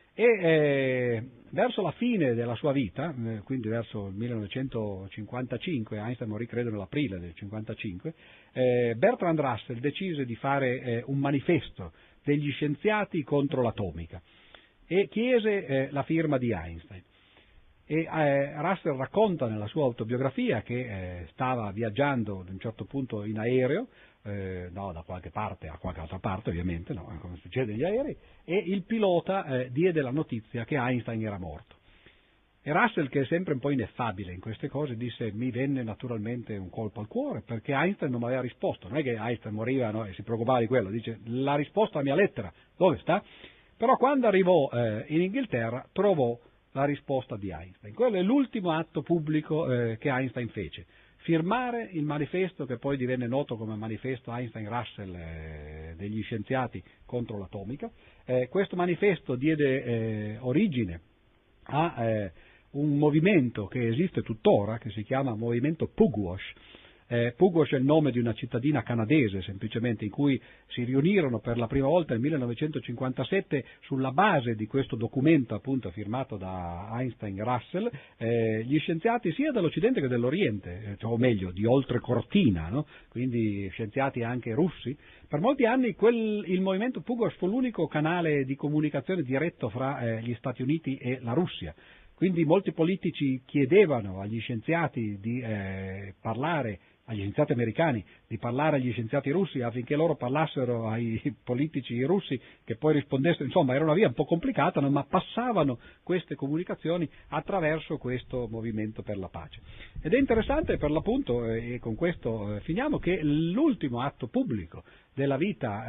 A: E verso la fine della sua vita, quindi verso il 1955, Einstein morì credo nell'aprile del 1955, Bertrand Russell decise di fare un manifesto degli scienziati contro l'atomica e chiese la firma di Einstein. E Russell racconta nella sua autobiografia che stava viaggiando ad un certo punto in aereo, da qualche parte a qualche altra parte ovviamente, no, come succede negli aerei, e il pilota diede la notizia che Einstein era morto. E Russell, che è sempre un po' ineffabile in queste cose, disse: mi venne naturalmente un colpo al cuore, perché Einstein non mi aveva risposto. Non è che Einstein moriva, no, e si preoccupava di quello, dice: la risposta alla mia lettera, dove sta? Però quando arrivò in Inghilterra trovò la risposta di Einstein. Quello è l'ultimo atto pubblico che Einstein fece: firmare il manifesto che poi divenne noto come manifesto Einstein-Russell degli scienziati contro l'atomica. Questo manifesto diede origine a un movimento che esiste tuttora, che si chiama movimento Pugwash. Pugwash è il nome di una cittadina canadese, semplicemente, in cui si riunirono per la prima volta nel 1957 sulla base di questo documento appunto firmato da Einstein e Russell, gli scienziati sia dell'Occidente che dell'Oriente, o meglio di oltrecortina, no? Quindi scienziati anche russi. Per molti anni il movimento Pugwash fu l'unico canale di comunicazione diretto fra gli Stati Uniti e la Russia. Quindi molti politici chiedevano agli scienziati di parlare, agli scienziati americani, di parlare agli scienziati russi affinché loro parlassero ai politici russi che poi rispondessero. Insomma, era una via un po' complicata, no? Ma passavano queste comunicazioni attraverso questo movimento per la pace. Ed è interessante per l'appunto, e con questo finiamo, che l'ultimo atto pubblico della vita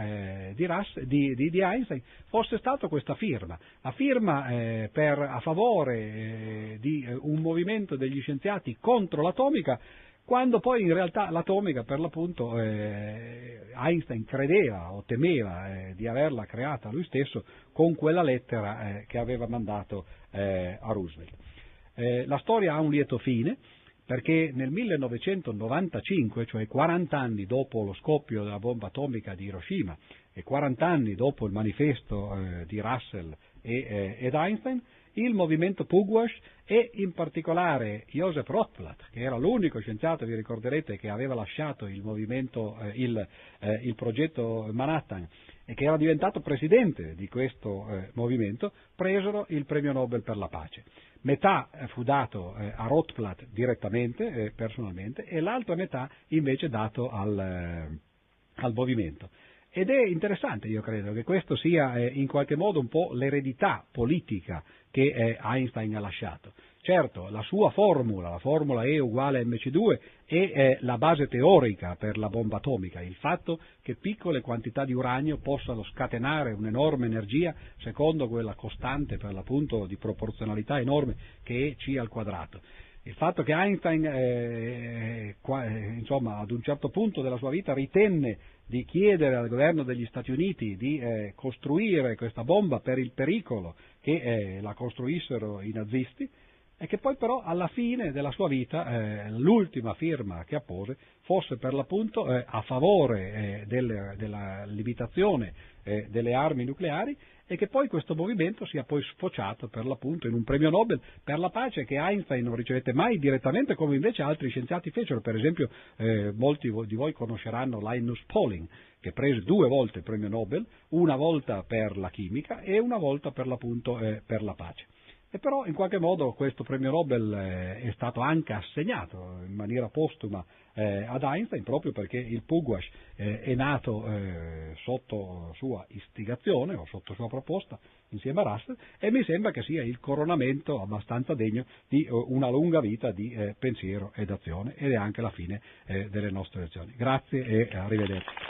A: di Einstein fosse stato questa firma, la firma a favore di un movimento degli scienziati contro l'atomica, quando poi in realtà l'atomica, per l'appunto, Einstein credeva o temeva di averla creata lui stesso con quella lettera che aveva mandato a Roosevelt. La storia ha un lieto fine, perché nel 1995, cioè 40 anni dopo lo scoppio della bomba atomica di Hiroshima e 40 anni dopo il manifesto di Russell ed Einstein, il movimento Pugwash e in particolare Joseph Rotblat, che era l'unico scienziato, vi ricorderete, che aveva lasciato il movimento, il progetto Manhattan e che era diventato presidente di questo movimento, presero il premio Nobel per la pace. Metà fu dato a Rotblat direttamente, personalmente, e l'altra metà invece dato al movimento. Ed è interessante, io credo, che questo sia in qualche modo un po' l'eredità politica che Einstein ha lasciato. Certo, la sua formula, la formula E uguale mc2, è la base teorica per la bomba atomica, il fatto che piccole quantità di uranio possano scatenare un'enorme energia secondo quella costante, per l'appunto, di proporzionalità enorme che è C al quadrato. Il fatto che Einstein, insomma, ad un certo punto della sua vita ritenne di chiedere al governo degli Stati Uniti di costruire questa bomba per il pericolo che la costruissero i nazisti, e che poi però alla fine della sua vita l'ultima firma che appose fosse per l'appunto a favore della limitazione delle armi nucleari, e che poi questo movimento sia poi sfociato per l'appunto in un premio Nobel per la pace che Einstein non ricevette mai direttamente, come invece altri scienziati fecero. Per esempio molti di voi conosceranno Linus Pauling, che prese 2 volte il premio Nobel, una volta per la chimica e una volta per l'appunto per la pace. E però in qualche modo questo premio Nobel è stato anche assegnato in maniera postuma ad Einstein, proprio perché il Pugwash è nato sotto sua istigazione o sotto sua proposta insieme a Russell, e mi sembra che sia il coronamento abbastanza degno di una lunga vita di pensiero ed azione, ed è anche la fine delle nostre lezioni. Grazie e arrivederci.